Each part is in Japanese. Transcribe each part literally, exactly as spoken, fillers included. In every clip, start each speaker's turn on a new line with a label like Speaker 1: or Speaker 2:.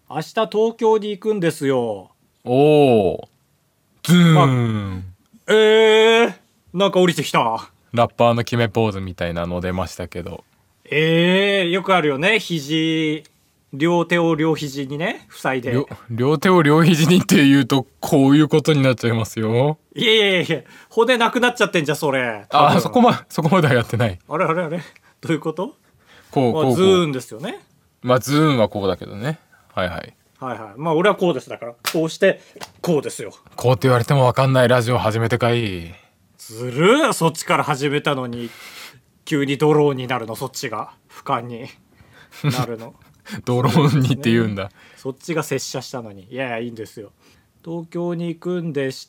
Speaker 1: 明日東京に行くんですよ。
Speaker 2: おー。ズーン、
Speaker 1: まえー、なんか降りてきた。
Speaker 2: ラッパーの決めポーズみたいなの出ましたけど。
Speaker 1: えー、よくあるよね。肘、両手を両肘にね、塞いで。
Speaker 2: 両、両手を両肘にって言うと、こういうことになっちゃいますよ。
Speaker 1: いやいやいや、骨なくなっちゃってんじゃん、それ。
Speaker 2: あ、そこま、そこまではやってない。
Speaker 1: あれあれあれどういうこと？
Speaker 2: こう、こう、こう。
Speaker 1: まあ、ズーンですよね。
Speaker 2: まあ、ズーンはこうだけどね。はいはい。
Speaker 1: はいはい。まあ、俺はこうです。だから、こうして、こうですよ。
Speaker 2: こうって言われてもわかんないラジオ始めてかい。
Speaker 1: ずるー、そっちから始めたのに、急にドローンになるの、そっちが。俯瞰になるの。
Speaker 2: ドローンにって言うんだ。
Speaker 1: そっちが拙者したのに。いやいや、いいんですよ。東京に行くんでして、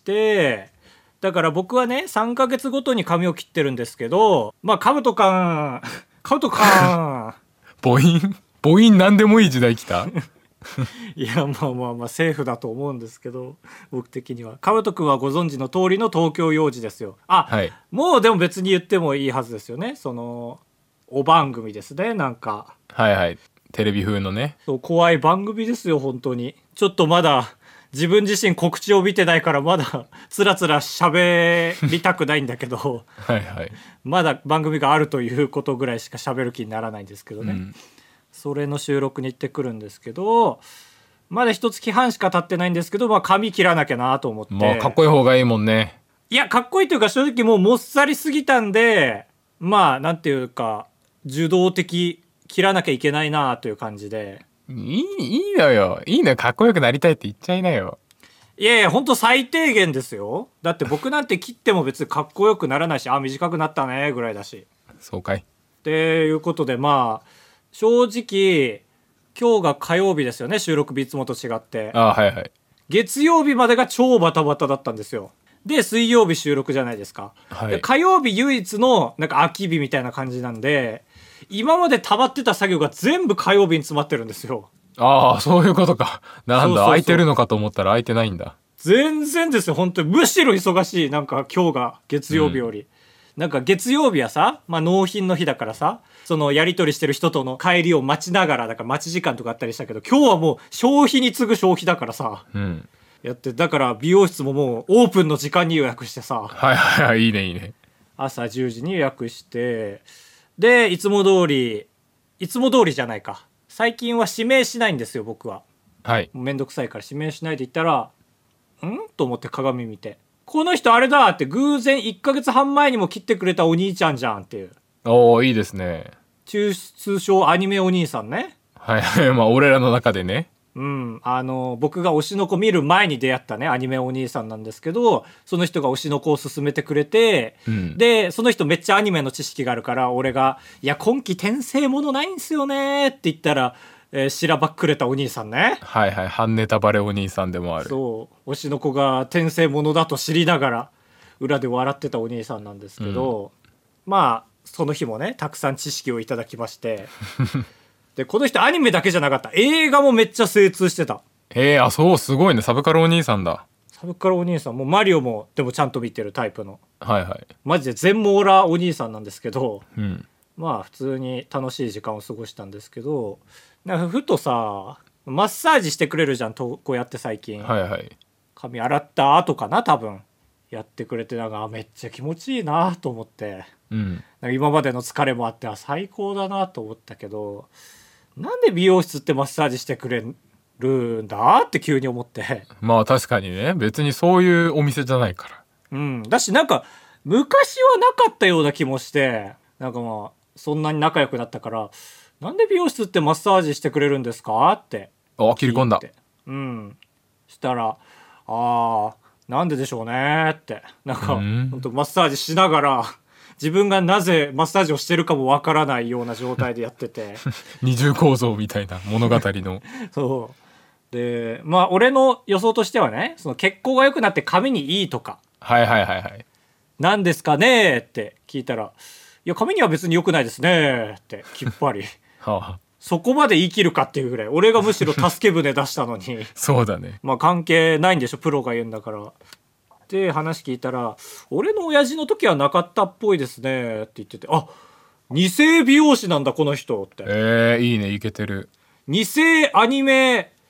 Speaker 1: だから僕はね、さんかげつごとに髪を切ってるんですけど、まあ、カブトカン、カブトカン。
Speaker 2: 母音母音なんでもいい時代来た
Speaker 1: いや、まあまあまあ、セーフだと思うんですけど、僕的には。カブト君はご存知の通りの東京幼児ですよ。あ、
Speaker 2: はい。
Speaker 1: もうでも別に言ってもいいはずですよね。その、お番組ですね、なんか。
Speaker 2: はいはい。テレビ風のね。
Speaker 1: そう、怖い番組ですよ、本当に。ちょっとまだ、自分自身告知を見てないからまだつらつら喋りたくないんだけど
Speaker 2: はいはい。
Speaker 1: まだ番組があるということぐらいしか喋る気にならないんですけどね、うん、それの収録に行ってくるんですけど、まだ一月半しか経ってないんですけど、まあ、髪切らなきゃなと思って。
Speaker 2: まあかっこいい方がいいもんね。
Speaker 1: いや、かっこいいというか正直もうもっさりすぎたんで、まあなんていうか受動的、切らなきゃいけないなという感じで。
Speaker 2: いい、いいのよ。いいのよ。かっこよくなりたいって言っちゃいなよ。
Speaker 1: いやいや、ほんと最低限ですよ。だって僕なんて切っても別にかっこよくならないし、あ、短くなったねぐらいだし。
Speaker 2: そうかい。
Speaker 1: っていうことで、まあ正直今日が火曜日ですよね、収録日いつもと違って。
Speaker 2: あ、はいはい。
Speaker 1: 月曜日までが超バタバタだったんですよ。で水曜日収録じゃないですか、
Speaker 2: はい、
Speaker 1: で火曜日唯一のなんか空き日みたいな感じなんで、今まで溜まってた作業が全部火曜日に詰まってるんですよ。
Speaker 2: ああ、そういうことか。なんだ、
Speaker 1: そうそうそう、
Speaker 2: 空いてるのかと思ったら空いてないんだ。
Speaker 1: 全然ですよ、本当に。むしろ忙しい。なんか今日が月曜日より、うん、なんか月曜日はさ、まあ、納品の日だからさ、そのやり取りしてる人との帰りを待ちながら、だから待ち時間とかあったりしたけど、今日はもう消費に次ぐ消費だからさ、
Speaker 2: うん、
Speaker 1: やって、だから美容室ももうオープンの時間に予約してさ、
Speaker 2: はいはいはい、いいねいいね。
Speaker 1: 朝じゅうじに予約して、でいつも通りいつも通りじゃないか、最近は指名しないんですよ僕は。
Speaker 2: はい。
Speaker 1: めんどくさいから指名しないで行ったら、んと思って鏡見て、この人あれだって、偶然いっかげつはん前にも切ってくれたお兄ちゃんじゃんっていう。
Speaker 2: おお、いいですね。
Speaker 1: 通称アニメお兄さんね。
Speaker 2: はいはい、まあ俺らの中でね。
Speaker 1: うん、あの僕が推しの子見る前に出会ったねアニメお兄さんなんですけど、その人が推しの子を勧めてくれて、うん、でその人めっちゃアニメの知識があるから、俺が「いや今期転生ものないんすよね」って言ったら、えー、しらばっくれたお兄さんね。
Speaker 2: はいはい、半ネタバレお兄さんでもある。
Speaker 1: そう推しの子が転生ものだと知りながら裏で笑ってたお兄さんなんですけど、うん、まあその日もねたくさん知識をいただきましてでこの人アニメだけじゃなかった、映画もめっちゃ精通してた。
Speaker 2: へえ、あ、そうすごいね、サブカルお兄さんだ。
Speaker 1: サブカルお兄さんもマリオもでもちゃんと見てるタイプの、
Speaker 2: はいはい、
Speaker 1: マジで全網羅お兄さんなんですけど、
Speaker 2: うん、
Speaker 1: まあ普通に楽しい時間を過ごしたんですけど、なんかふとさマッサージしてくれるじゃんと、こうやって最近、
Speaker 2: はいはい、
Speaker 1: 髪洗った後かな多分やってくれて、なんかめっちゃ気持ちいいなと思って、
Speaker 2: うん、
Speaker 1: なんか今までの疲れもあって最高だなと思ったけど、なんで美容室ってマッサージしてくれるんだって急に思って。
Speaker 2: まあ確かにね、別にそういうお店じゃないから。
Speaker 1: うん、だしなんか昔はなかったような気もして、なんかまあそんなに仲良くなったから、なんで美容室ってマッサージしてくれるんですかって
Speaker 2: あ、切り込んだ。
Speaker 1: うん、したら、あーなんででしょうねって、なんか本当マッサージしながら自分がなぜマッサージをしてるかもわからないような状態でやってて
Speaker 2: 二重構造みたいな物語の
Speaker 1: そうで、まあ俺の予想としてはね、その血行が良くなって髪にいいとか、
Speaker 2: はいはいはいはい、
Speaker 1: なんですかねって聞いたら、いや髪には別に良くないですねってきっぱりはあ、そこまで言い切るかっていうぐらい、俺がむしろ助け舟出したのに
Speaker 2: そうだね、
Speaker 1: まあ関係ないんでしょ、プロが言うんだからって話聞いたら、俺の親父の時はなかったっぽいですねって言ってて、あ、偽美容師なんだこの人って。
Speaker 2: えー、いいね、イケてる。
Speaker 1: 偽アニメ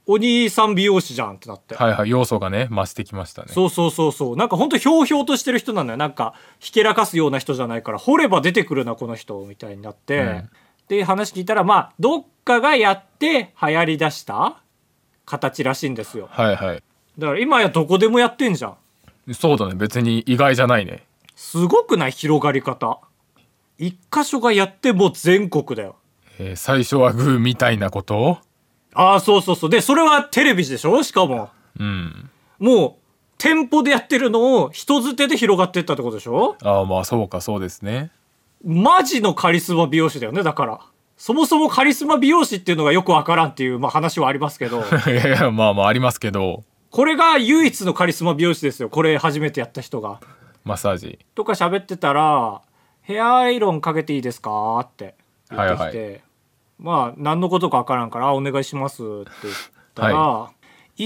Speaker 1: お兄さん美容師じゃんってなって。
Speaker 2: はいはい、要素がね増してきましたね。
Speaker 1: そうそうそうそう。なんかほんとひょうひょうとしてる人なんだよ。なんかひけらかすような人じゃないから、掘れば出てくるなこの人みたいになって、うん、で話聞いたら、まあどっかがやって流行りだした形らしいんですよ。
Speaker 2: はいはい。
Speaker 1: だから今やどこでもやってんじゃん。
Speaker 2: そうだね、別に意外じゃないね。
Speaker 1: すごくない？広がり方。一箇所がやってもう全国だよ。
Speaker 2: えー、最初はグーみたいなこと？
Speaker 1: ああ、そうそうそう。でそれはテレビでしょ、しかも。
Speaker 2: うん。
Speaker 1: もう店舗でやってるのを人づてで広がっていったってことでしょ。
Speaker 2: ああ、まあそうか、そうですね。
Speaker 1: マジのカリスマ美容師だよね。だからそもそもカリスマ美容師っていうのがよくわからんっていう、まあ、話はありますけど
Speaker 2: いやいや、まあまあありますけど、
Speaker 1: これが唯一のカリスマ美容師ですよ。これ初めてやった人が。
Speaker 2: マッサージ
Speaker 1: とか喋ってたら、ヘアアイロンかけていいですかって言ってきて、はいはい、まあ何のことかわからんから、お願いしますって言ったら、はい、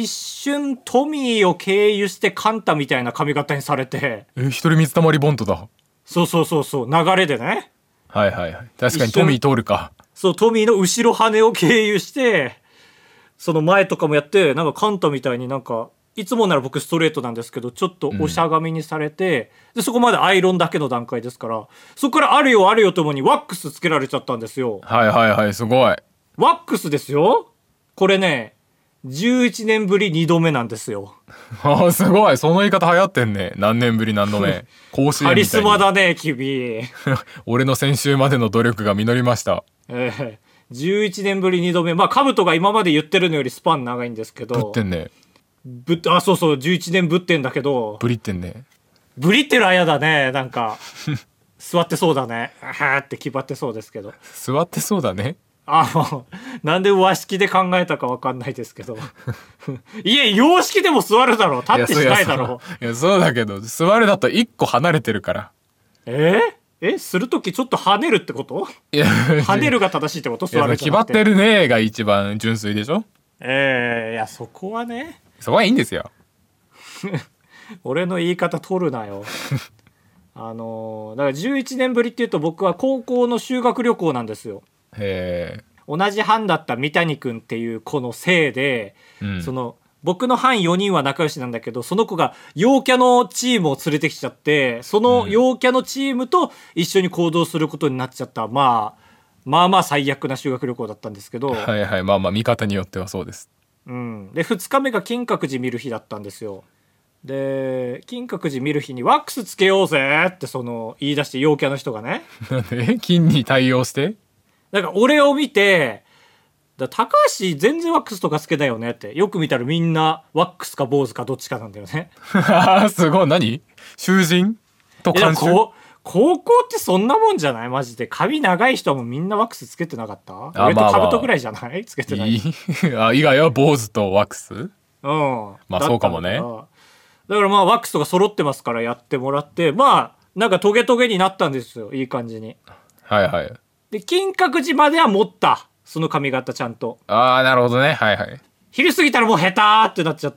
Speaker 1: 一瞬トミーを経由してカンタみたいな髪型にされて、
Speaker 2: え、一人水たまりボントだ。
Speaker 1: そうそうそうそう、流れでね。
Speaker 2: はいはいはい、確かにトミー通るか。
Speaker 1: そう、トミーの後ろ羽を経由してその前とかもやって、なんかカンタみたいに、なんかいつもなら僕ストレートなんですけどちょっとおしゃがみにされて、うん、でそこまでアイロンだけの段階ですから、そこからあるよあるよともにワックスつけられちゃったんですよ。
Speaker 2: はいはいはい、すごい。
Speaker 1: ワックスですよ。これねじゅういちねんぶりにどめなんですよ。
Speaker 2: あ、すごい、その言い方流行ってんね。何年ぶり何度目。甲子園みたいに。カ
Speaker 1: リスマだね君
Speaker 2: 俺の先週までの努力が実りました。
Speaker 1: ええー、じゅういちねんぶりにどめ。まあカブトが今まで言ってるのよりスパン長いんですけど。
Speaker 2: ぶってんね。
Speaker 1: ぶあ、そうそう、じゅういちねんぶってんだけど。
Speaker 2: ぶりってんね。
Speaker 1: ぶりってるあやだね。なんか座ってそうだね。はーって気張ってそうですけど。
Speaker 2: 座ってそうだね。
Speaker 1: あ、なんで和式で考えたか分かんないですけどいや洋式でも座るだろう。立ってしないだろ
Speaker 2: う。いやそうだけど、座るだと一個離れてるから。
Speaker 1: えー、えするときちょっと跳ねるってこと？いや跳ねるが正しいってこと？座るじゃなくて。
Speaker 2: 決まってるねが一番純粋でしょ。
Speaker 1: えー、いやそこはね、
Speaker 2: そこはいいんですよ
Speaker 1: 俺の言い方取るなよあのー、だからじゅういちねんぶりっていうと、僕は高校の修学旅行なんですよ。
Speaker 2: へ
Speaker 1: ー。同じ班だった三谷くんっていう子のせいで、うん、その僕の班よにんは仲良しなんだけど、その子が陽キャのチームを連れてきちゃって、その陽キャのチームと一緒に行動することになっちゃった、うん、まあまあまあ最悪な修学旅行だったんですけど、
Speaker 2: はいはい、まあまあ見方によってはそうです。
Speaker 1: うん、でふつかめが金閣寺見る日だったんですよ。で金閣寺見る日にワックスつけようぜってその言い出して、陽キャの人がね
Speaker 2: なんで金に対応して、
Speaker 1: なんか俺を見て、だ高橋全然ワックスとかつけないよねって、よく見たらみんなワックスか坊主かどっちかなんだよね
Speaker 2: すごい。何囚人と監修。
Speaker 1: 高校ってそんなもんじゃない？マジで髪長い人もみんなワックスつけてなかった？俺とカブトぐらいじゃない？つけてない。
Speaker 2: あ、以外は坊主とワックス。うん、まあそうかもね。
Speaker 1: だからまあワックスとか揃ってますからやってもらって、まあなんかトゲトゲになったんですよ、いい感じに。
Speaker 2: はいはい。
Speaker 1: で金閣寺までは持った、その髪型ちゃんと。
Speaker 2: ああ、なるほどね。はいはい。
Speaker 1: 昼過ぎたらもうヘターってなっちゃって、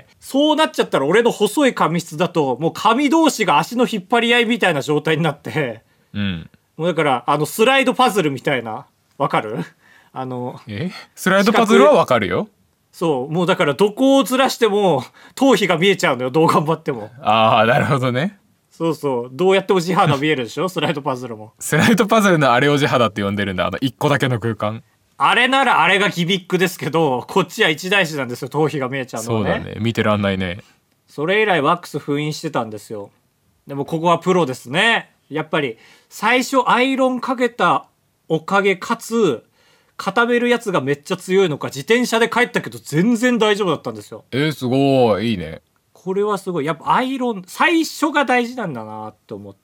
Speaker 1: そうなっちゃったら俺の細い髪質だともう髪同士が足の引っ張り合いみたいな状態になって、うん、もうだからあのスライドパズルみたいな、わかる？あの
Speaker 2: えスライドパズルはわかるよ。
Speaker 1: そう、もうだからどこをずらしても頭皮が見えちゃうのよ、どう頑張っても。
Speaker 2: ああ、なるほどね。
Speaker 1: そうそう、どうやっても地肌見えるでしょスライドパズルも。
Speaker 2: スライドパズルのあれを地肌って呼んでるんだ、あの一個だけの空間。
Speaker 1: あれならあれがギミックですけど、こっちは一大事なんですよ、頭皮が見えちゃうのはね。
Speaker 2: そうだね、見てらんないね。
Speaker 1: それ以来ワックス封印してたんですよ。でもここはプロですね。やっぱり最初アイロンかけたおかげかつ固めるやつがめっちゃ強いのか、自転車で帰ったけど全然大丈夫だったんですよ。
Speaker 2: えー、すごいいいね。
Speaker 1: これはすごい。やっぱアイロン最初が大事なんだなと思って、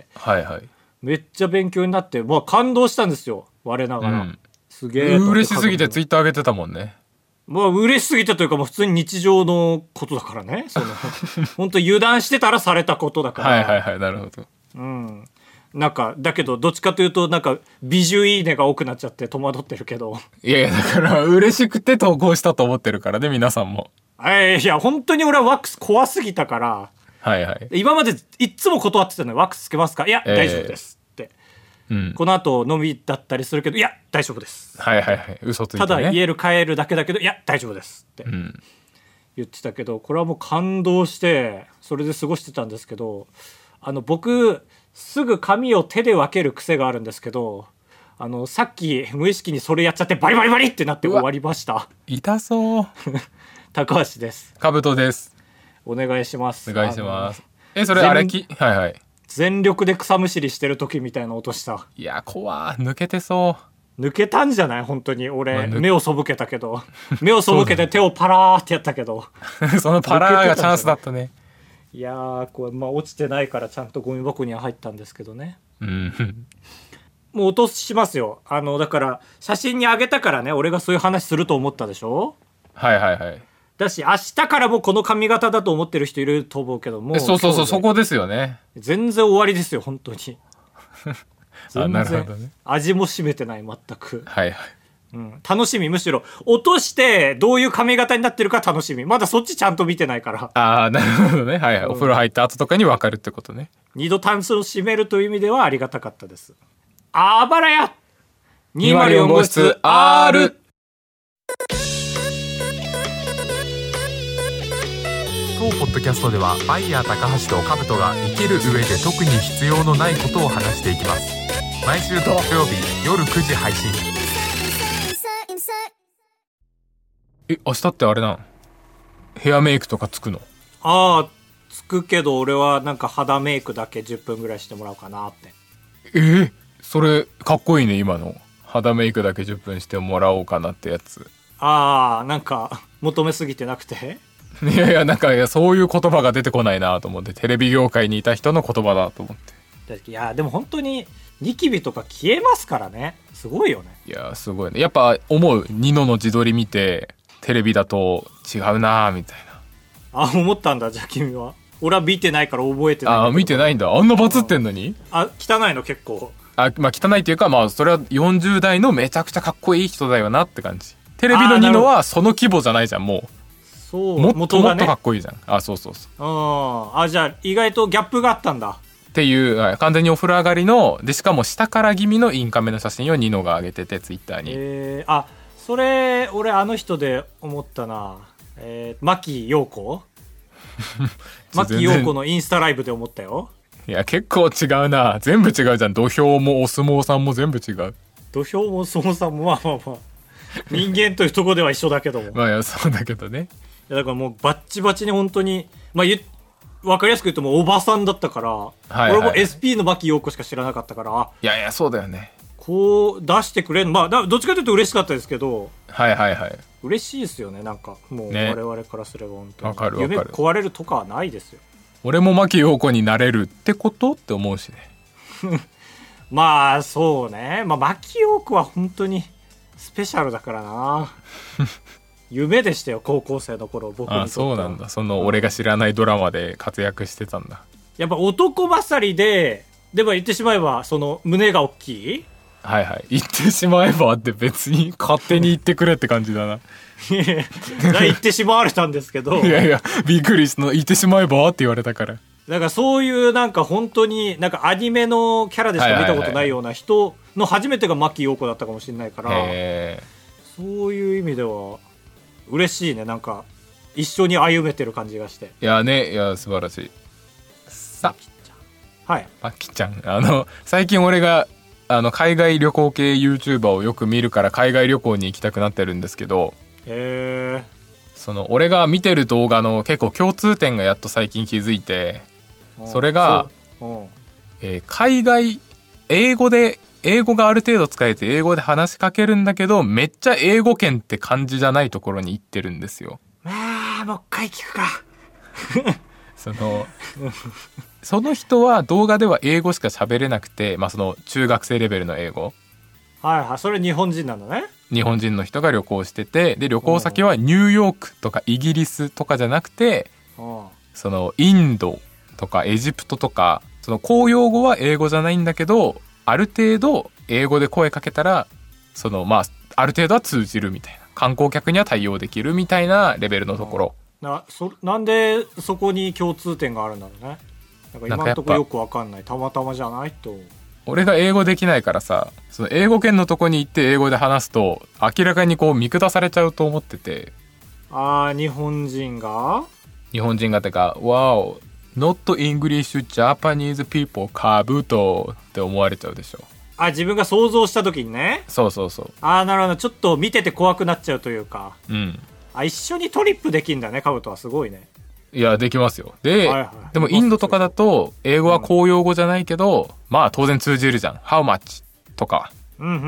Speaker 2: はいはい、
Speaker 1: めっちゃ勉強になって、まあ感動したんですよ、我ながら。うん、すげえ
Speaker 2: 嬉しすぎてツイッター上げてたもんね。
Speaker 1: まあ嬉しすぎてというか、もう普通に日常のことだからね。その本当油断してたらされたことだから。
Speaker 2: はいはいはい、なるほど。
Speaker 1: うん。なんかだけどどっちかというとなんか美女いいねが多くなっちゃって戸惑ってるけど。
Speaker 2: いやいや、だから嬉しくて投稿したと思ってるからね、皆さんも。
Speaker 1: えいや本当に俺はワックス怖すぎたから。
Speaker 2: はいはい。
Speaker 1: 今までいっつも断ってたのよ。ワックスつけますか？いや、えー、大丈夫ですって。
Speaker 2: うん、
Speaker 1: この後飲みだったりするけどいや大丈夫です、
Speaker 2: はいはいはい、嘘ついてね、
Speaker 1: ただ言える帰るだけだけどいや大丈夫ですって言ってたけど、これはもう感動してそれで過ごしてたんですけど、あの僕すぐ髪を手で分ける癖があるんですけど、あのさっき無意識にそれやっちゃってバリバリバリってなって終わりました。
Speaker 2: 痛そう
Speaker 1: 高橋です。
Speaker 2: かぶとです。
Speaker 1: お願いします。
Speaker 2: お願いします。えそれあれきはいはい
Speaker 1: 全力で草むしりしてる時みたいな音した。
Speaker 2: いや怖抜けてそう。
Speaker 1: 抜けたんじゃない本当に俺、まあ、目を背けたけど目を背けて手をパラーってやったけど
Speaker 2: そのパラーがチャンスだったね。
Speaker 1: いやーこれ、まあ、落ちてないからちゃんとゴミ箱には入ったんですけどね。
Speaker 2: うん
Speaker 1: もう落としますよ。あのだから写真にあげたからね俺がそういう話すると思ったでしょ。
Speaker 2: はいはいはい。だ
Speaker 1: し明日からもこの髪型だと思ってる人いると思うけども、
Speaker 2: そうそうそうそこですよね。
Speaker 1: 全然終わりですよ本当に全
Speaker 2: 然あなるほど、ね、
Speaker 1: 味も占めてない全く。
Speaker 2: はいはい、
Speaker 1: うん、楽しみ。むしろ落としてどういう髪型になってるか楽しみ。まだそっちちゃんと見てないから。
Speaker 2: ああなるほどね、はいはい、うん、お風呂入った後とかに分かるってことね。
Speaker 1: 二度楽しめるという意味ではありがたかったです。あばらやにーまるよん号室 R。
Speaker 2: 当ポッドキャストではバイヤー高橋とカブトが生きる上で特に必要のないことを話していきます。毎週土曜日夜くじ配信。え明日ってあれなの？ヘアメイクとかつくの？
Speaker 1: ああつくけど俺はなんか肌メイクだけじゅっぷんぐらいしてもらおうかなって。
Speaker 2: えー、それかっこいいね。今の肌メイクだけじゅっぷんしてもらおうかなってやつ。
Speaker 1: ああなんか求めすぎてなくて
Speaker 2: いやいやなんかいやそういう言葉が出てこないなと思って、テレビ業界にいた人の言葉だと思って。
Speaker 1: いやでも本当にニキビとか消えますからね。すごいよね。
Speaker 2: いやすごいね。やっぱ思うニノの自撮り見てテレビだと違うなみたい
Speaker 1: な。あ思ったんだ。じゃあ君は。俺は見てないから覚えてない。
Speaker 2: あ見てないんだ。あんなバズってんのに。
Speaker 1: あ汚いの結構。
Speaker 2: あまあ汚いっていうかまあそれはよんじゅう代のめちゃくちゃかっこいい人だよなって感じ。テレビのニノはその規模じゃないじゃんもう。
Speaker 1: そう
Speaker 2: もっともっとかっこいいじゃん。あそうそうそう。
Speaker 1: ああじゃあ意外とギャップがあったんだ
Speaker 2: っていう、はい、完全にお風呂上がりのでしかも下から気味のインカメの写真をニノが上げててツイッターに。
Speaker 1: えー、あそれ俺あの人で思ったな。えー、牧陽子牧陽子のインスタライブで思ったよ。
Speaker 2: いや結構違うな。全部違うじゃん。土俵もお相撲さんも全部違う。
Speaker 1: 土俵もお相撲さんもまあまあまあ人間というところでは一緒だけども
Speaker 2: まあいやそうだけどね。
Speaker 1: だからもうバッチバチに本当にまあ言分かりやすく言うともうおばさんだったから、はいはいはい、俺も エスピー の牧陽子しか知らなかったから。
Speaker 2: いやいやそうだよね。
Speaker 1: こう出してくれんまあどっちかというと嬉しかったですけど。
Speaker 2: はいはいはい。
Speaker 1: 嬉しいですよね。なんかもう我々からすれば本当に、ね、
Speaker 2: わかるわかる。
Speaker 1: 夢壊れるとかはないですよ。
Speaker 2: 俺も牧陽子になれるってことって思うしね
Speaker 1: まあそうね。まあ牧陽子は本当にスペシャルだからな夢でしたよ高校生の頃僕にとっては。あ
Speaker 2: そうなんだ。その俺が知らないドラマで活躍してたんだ。
Speaker 1: やっぱ男勝りででも言ってしまえばその胸が大きい。
Speaker 2: はいはい言ってしまえばって別に勝手に言ってくれって感じだな
Speaker 1: 言ってしまわれたんですけど
Speaker 2: いやいやびっくりしたの。言ってしまえばって言われたから。
Speaker 1: だからそういうなんか本当になんかアニメのキャラでしか見たことないような人の初めてが牧陽子だったかもしれないから、そういう意味では嬉しいね。なんか一緒に歩めてる感じがして。
Speaker 2: いやねいや素晴らしい。さ
Speaker 1: はい
Speaker 2: マキちゃんあの最近俺があの海外旅行系 YouTuber をよく見るから海外旅行に行きたくなってるんですけど、
Speaker 1: へー
Speaker 2: その俺が見てる動画の結構共通点がやっと最近気づいて、それがそ、えー、海外英語で英語がある程度使えて英語で話しかけるんだけどめっちゃ英語圏って感じじゃないところに行ってるんですよ。
Speaker 1: まあもう一回聞くか
Speaker 2: そのその人は動画では英語しか喋れなくて、まあその中学生レベルの英語。
Speaker 1: はいはい。それ日本人なんだね。
Speaker 2: 日本人の人が旅行してて、で旅行先はニューヨークとかイギリスとかじゃなくて、そのインドとかエジプトとか、その公用語は英語じゃないんだけどある程度英語で声かけたらそのまあある程度は通じるみたいな、観光客には対応できるみたいなレベルのところ。
Speaker 1: な, そなんでそこに共通点があるんだろうね。なんか今のところよくわかんない。たまたまじゃないと。
Speaker 2: 俺が英語できないからさ、その英語圏のとこに行って英語で話すと明らかにこう見下されちゃうと思ってて。
Speaker 1: あー、日本人が
Speaker 2: 日本人がてか Wow not English Japanese people カブトって思われちゃうでしょ。
Speaker 1: あ、自分が想像した時にね。
Speaker 2: そうそうそう。
Speaker 1: あー、なるほど。ちょっと見てて怖くなっちゃうというか。
Speaker 2: うん。
Speaker 1: あ、一緒にトリップできんだね、カブトは。すごいね。
Speaker 2: いや、できますよ。で、
Speaker 1: はいはい、
Speaker 2: でもインドとかだと英語は公用語じゃないけど、うん、まあ当然通じるじゃん。 How much とか、
Speaker 1: うんうんうんうん、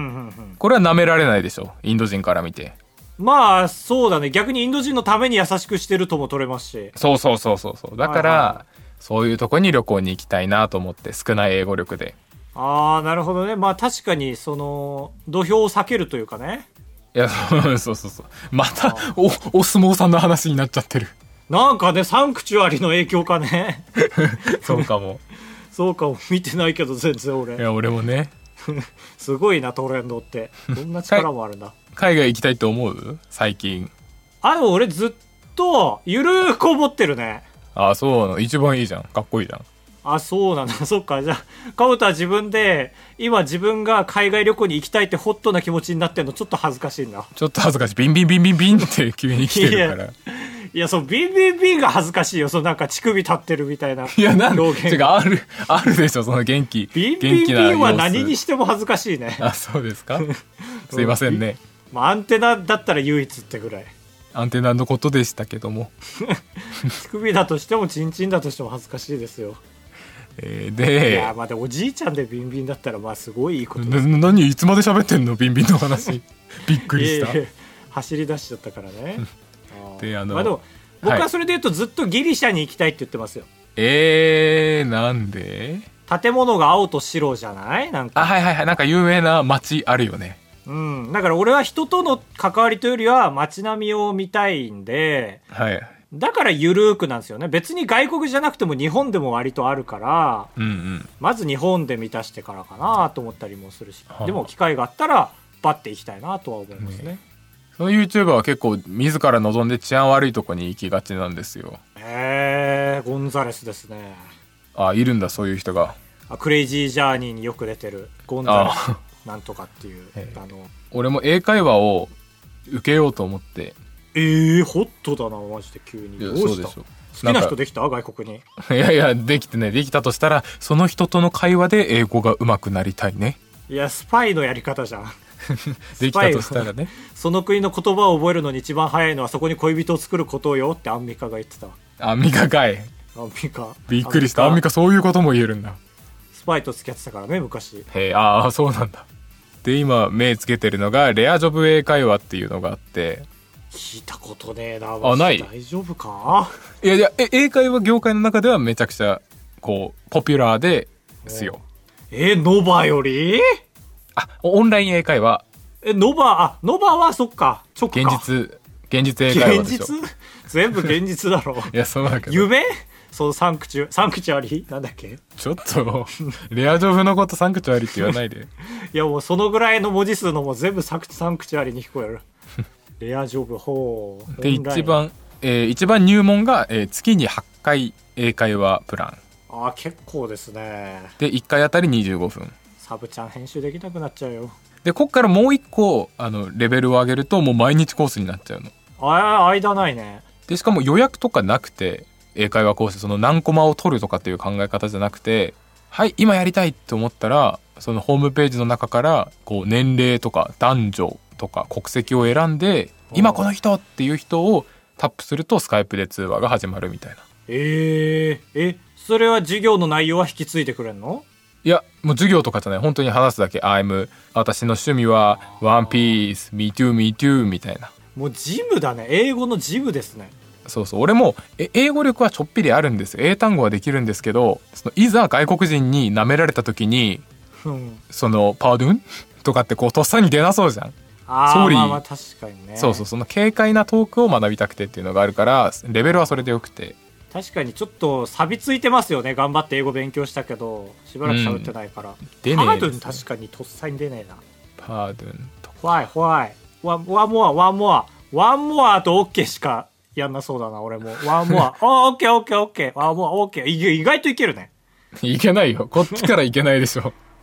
Speaker 1: こ
Speaker 2: れは舐められないでしょ、インド人から見て。
Speaker 1: まあそうだね、逆にインド人のために優しくしてるとも取れますし。
Speaker 2: そうそうそうそうそう。だから、はいはい、そういうとこに旅行に行きたいなと思って、少ない英語力で。
Speaker 1: ああ、なるほどね。まあ確かにその土俵を避けるというかね。
Speaker 2: いや、そうそうそう。またおお相撲さんの話になっちゃってる。
Speaker 1: なんかね、サンクチュアリの影響かね。
Speaker 2: そうかも。
Speaker 1: そうかも。見てないけど全然俺。
Speaker 2: いや俺もね。
Speaker 1: すごいなトレンドって。どんな力もあるんだ。
Speaker 2: 海外行きたいと思う？最近。
Speaker 1: あ、でも俺ずっとゆるーく思ってるね。
Speaker 2: あ、そうなの。一番いいじゃん。かっこいいじゃん。
Speaker 1: あ、そうなんだ。そっか。じゃあカブトは自分で今自分が海外旅行に行きたいってホットな気持ちになってんのちょっと恥ずかしいんだ。
Speaker 2: ちょっと恥ずかしい。ビンビンビンビンビンって急に来てるから。
Speaker 1: いや、そう、ビンビンビンが恥ずかしいよ。そう、なんか乳首立ってるみたいな。
Speaker 2: いや、なんで違う、ある、あるでしょ、その元気。
Speaker 1: ビンビンビンは何にしても恥ずかしいね。
Speaker 2: あ、そうですか。すいませんね。
Speaker 1: まあ、アンテナだったら唯一ってぐらい。
Speaker 2: アンテナのことでしたけども。
Speaker 1: 乳首だとしても、チンチンだとしても恥ずかしいですよ。
Speaker 2: えー、で、
Speaker 1: いや、まあ、でおじいちゃんでビンビンだったら、まあ、すごいいいことです。
Speaker 2: な、何、いつまで喋ってんのビンビンの話。びっくりした。
Speaker 1: えー、走り出しちゃったからね。
Speaker 2: で、あの、
Speaker 1: まあ、でも僕はそれで言うとずっとギリシャに行きたいって言ってますよ。
Speaker 2: えー、なんで？
Speaker 1: 建物が青と白じゃない？なんか。
Speaker 2: あ、はいはいはい。なんか有名な街あるよね。
Speaker 1: うん。だから俺は人との関わりというよりは街並みを見たいんで、
Speaker 2: はい。
Speaker 1: だからゆるーくなんですよね。別に外国じゃなくても日本でも割とあるから、
Speaker 2: うんうん、
Speaker 1: まず日本で満たしてからかなと思ったりもするし、はあ、でも機会があったらバッて行きたいなとは思いますね。ね、
Speaker 2: その YouTuber は結構自ら望んで治安悪いとこに行きがちなんですよ。
Speaker 1: へー、ゴンザレスですね。
Speaker 2: あ、いるんだそういう人が。
Speaker 1: あ、クレイジージャーニーによく出てるゴンザレスなんとかっていう。あの
Speaker 2: 俺も英会話を受けようと思って。
Speaker 1: えー、ホットだなマジで急に。どうした？
Speaker 2: そうでしょ。
Speaker 1: 好きな人できた？外国に。
Speaker 2: いやいや、できてね。できたとしたらその人との会話で英語が上手くなりたいね。
Speaker 1: いや、スパイのやり方じゃん。
Speaker 2: できたとしたらね。
Speaker 1: その国の言葉を覚えるのに一番早いのはそこに恋人を作ることよってアンミカが言ってた。
Speaker 2: アンミカかい。
Speaker 1: アンミカ。
Speaker 2: びっくりした。アンミカそういうことも言えるんだ。
Speaker 1: スパイと付き合ってたからね昔。
Speaker 2: へえ、ああそうなんだ。で今目つけてるのがレアジョブ英会話っていうのがあって。
Speaker 1: 聞いたことねえな。
Speaker 2: あ、ない？
Speaker 1: 大丈夫か？
Speaker 2: いやいや、え英会話業界の中ではめちゃくちゃこうポピュラーですよ。
Speaker 1: えー、ノバより？
Speaker 2: あ、オンライン英会話。
Speaker 1: え、ノバ、あ、ノバはそっか。直か。
Speaker 2: 現実、現実英会話でしょ。
Speaker 1: 現実？全部現実だろ。
Speaker 2: いや、そうだけど。
Speaker 1: 夢？そう、サンクチュ、サンクチュアリーなんだっけ？
Speaker 2: ちょっと、レアジョブのことサンクチュアリーって言わないで。
Speaker 1: いや、もうそのぐらいの文字数のも全部サンクチュアリーに聞こえる。レアジョブ、ほう。
Speaker 2: で、一番、えー、一番入門が、えー、月にはちかい英会話プラン。
Speaker 1: ああ、結構ですね。
Speaker 2: で、いっかいあたりにじゅうごふん。
Speaker 1: サブちゃん編集できなくなっちゃうよ。
Speaker 2: で、こっからもう一個、あの、レベルを上げると、もう毎日コースになっちゃうの。
Speaker 1: ああ、間ないね。
Speaker 2: で、しかも予約とかなくて、英会話コース、その何コマを取るとかっていう考え方じゃなくて、はい、今やりたいって思ったら、そのホームページの中から、こう、年齢とか男女とか国籍を選んで、今この人っていう人をタップするとスカイプで通話が始まるみたいな。
Speaker 1: えー、え、それは授業の内容は引き継いでくれんの？
Speaker 2: いや、もう授業とかじゃない。本当に話すだけ。I'm、私の趣味はワンピース、me too, me too みたいな。
Speaker 1: もうジムだね。英語のジムですね。
Speaker 2: そうそう。俺もえ英語力はちょっぴりあるんですよ。英単語はできるんですけど、そのいざ外国人に舐められた時に、うん、そのパードゥンとかってこうとっさに出なそうじゃん。
Speaker 1: あー、まあまあ確かにね。
Speaker 2: そうそう。その軽快なトークを学びたくてっていうのがあるから、レベルはそれでよくて。
Speaker 1: 確かにちょっと錆びついてますよね。頑張って英語勉強したけどしばらく喋ってないから、うん、
Speaker 2: 出ねえ、
Speaker 1: パードゥン確かにとっさに出ねえな。
Speaker 2: パードゥンと
Speaker 1: ホワイホワイワンモアワンモアワンモアと OK しかやんなそうだな俺も。ワンモアオッケーオッケーオッケーワンモアオッケー。意外といけるね。
Speaker 2: いけないよ。こっちからいけないでしょ。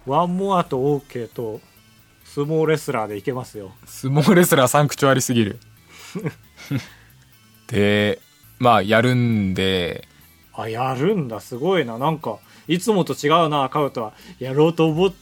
Speaker 1: ワンモアと OK と相撲レスラーでいけますよ。
Speaker 2: 相撲レスラーサンクチュアリすぎるでまあやるんで、
Speaker 1: あ、やるんだ、すごいな。なんかいつもと違うな。カウトはやろうと思って、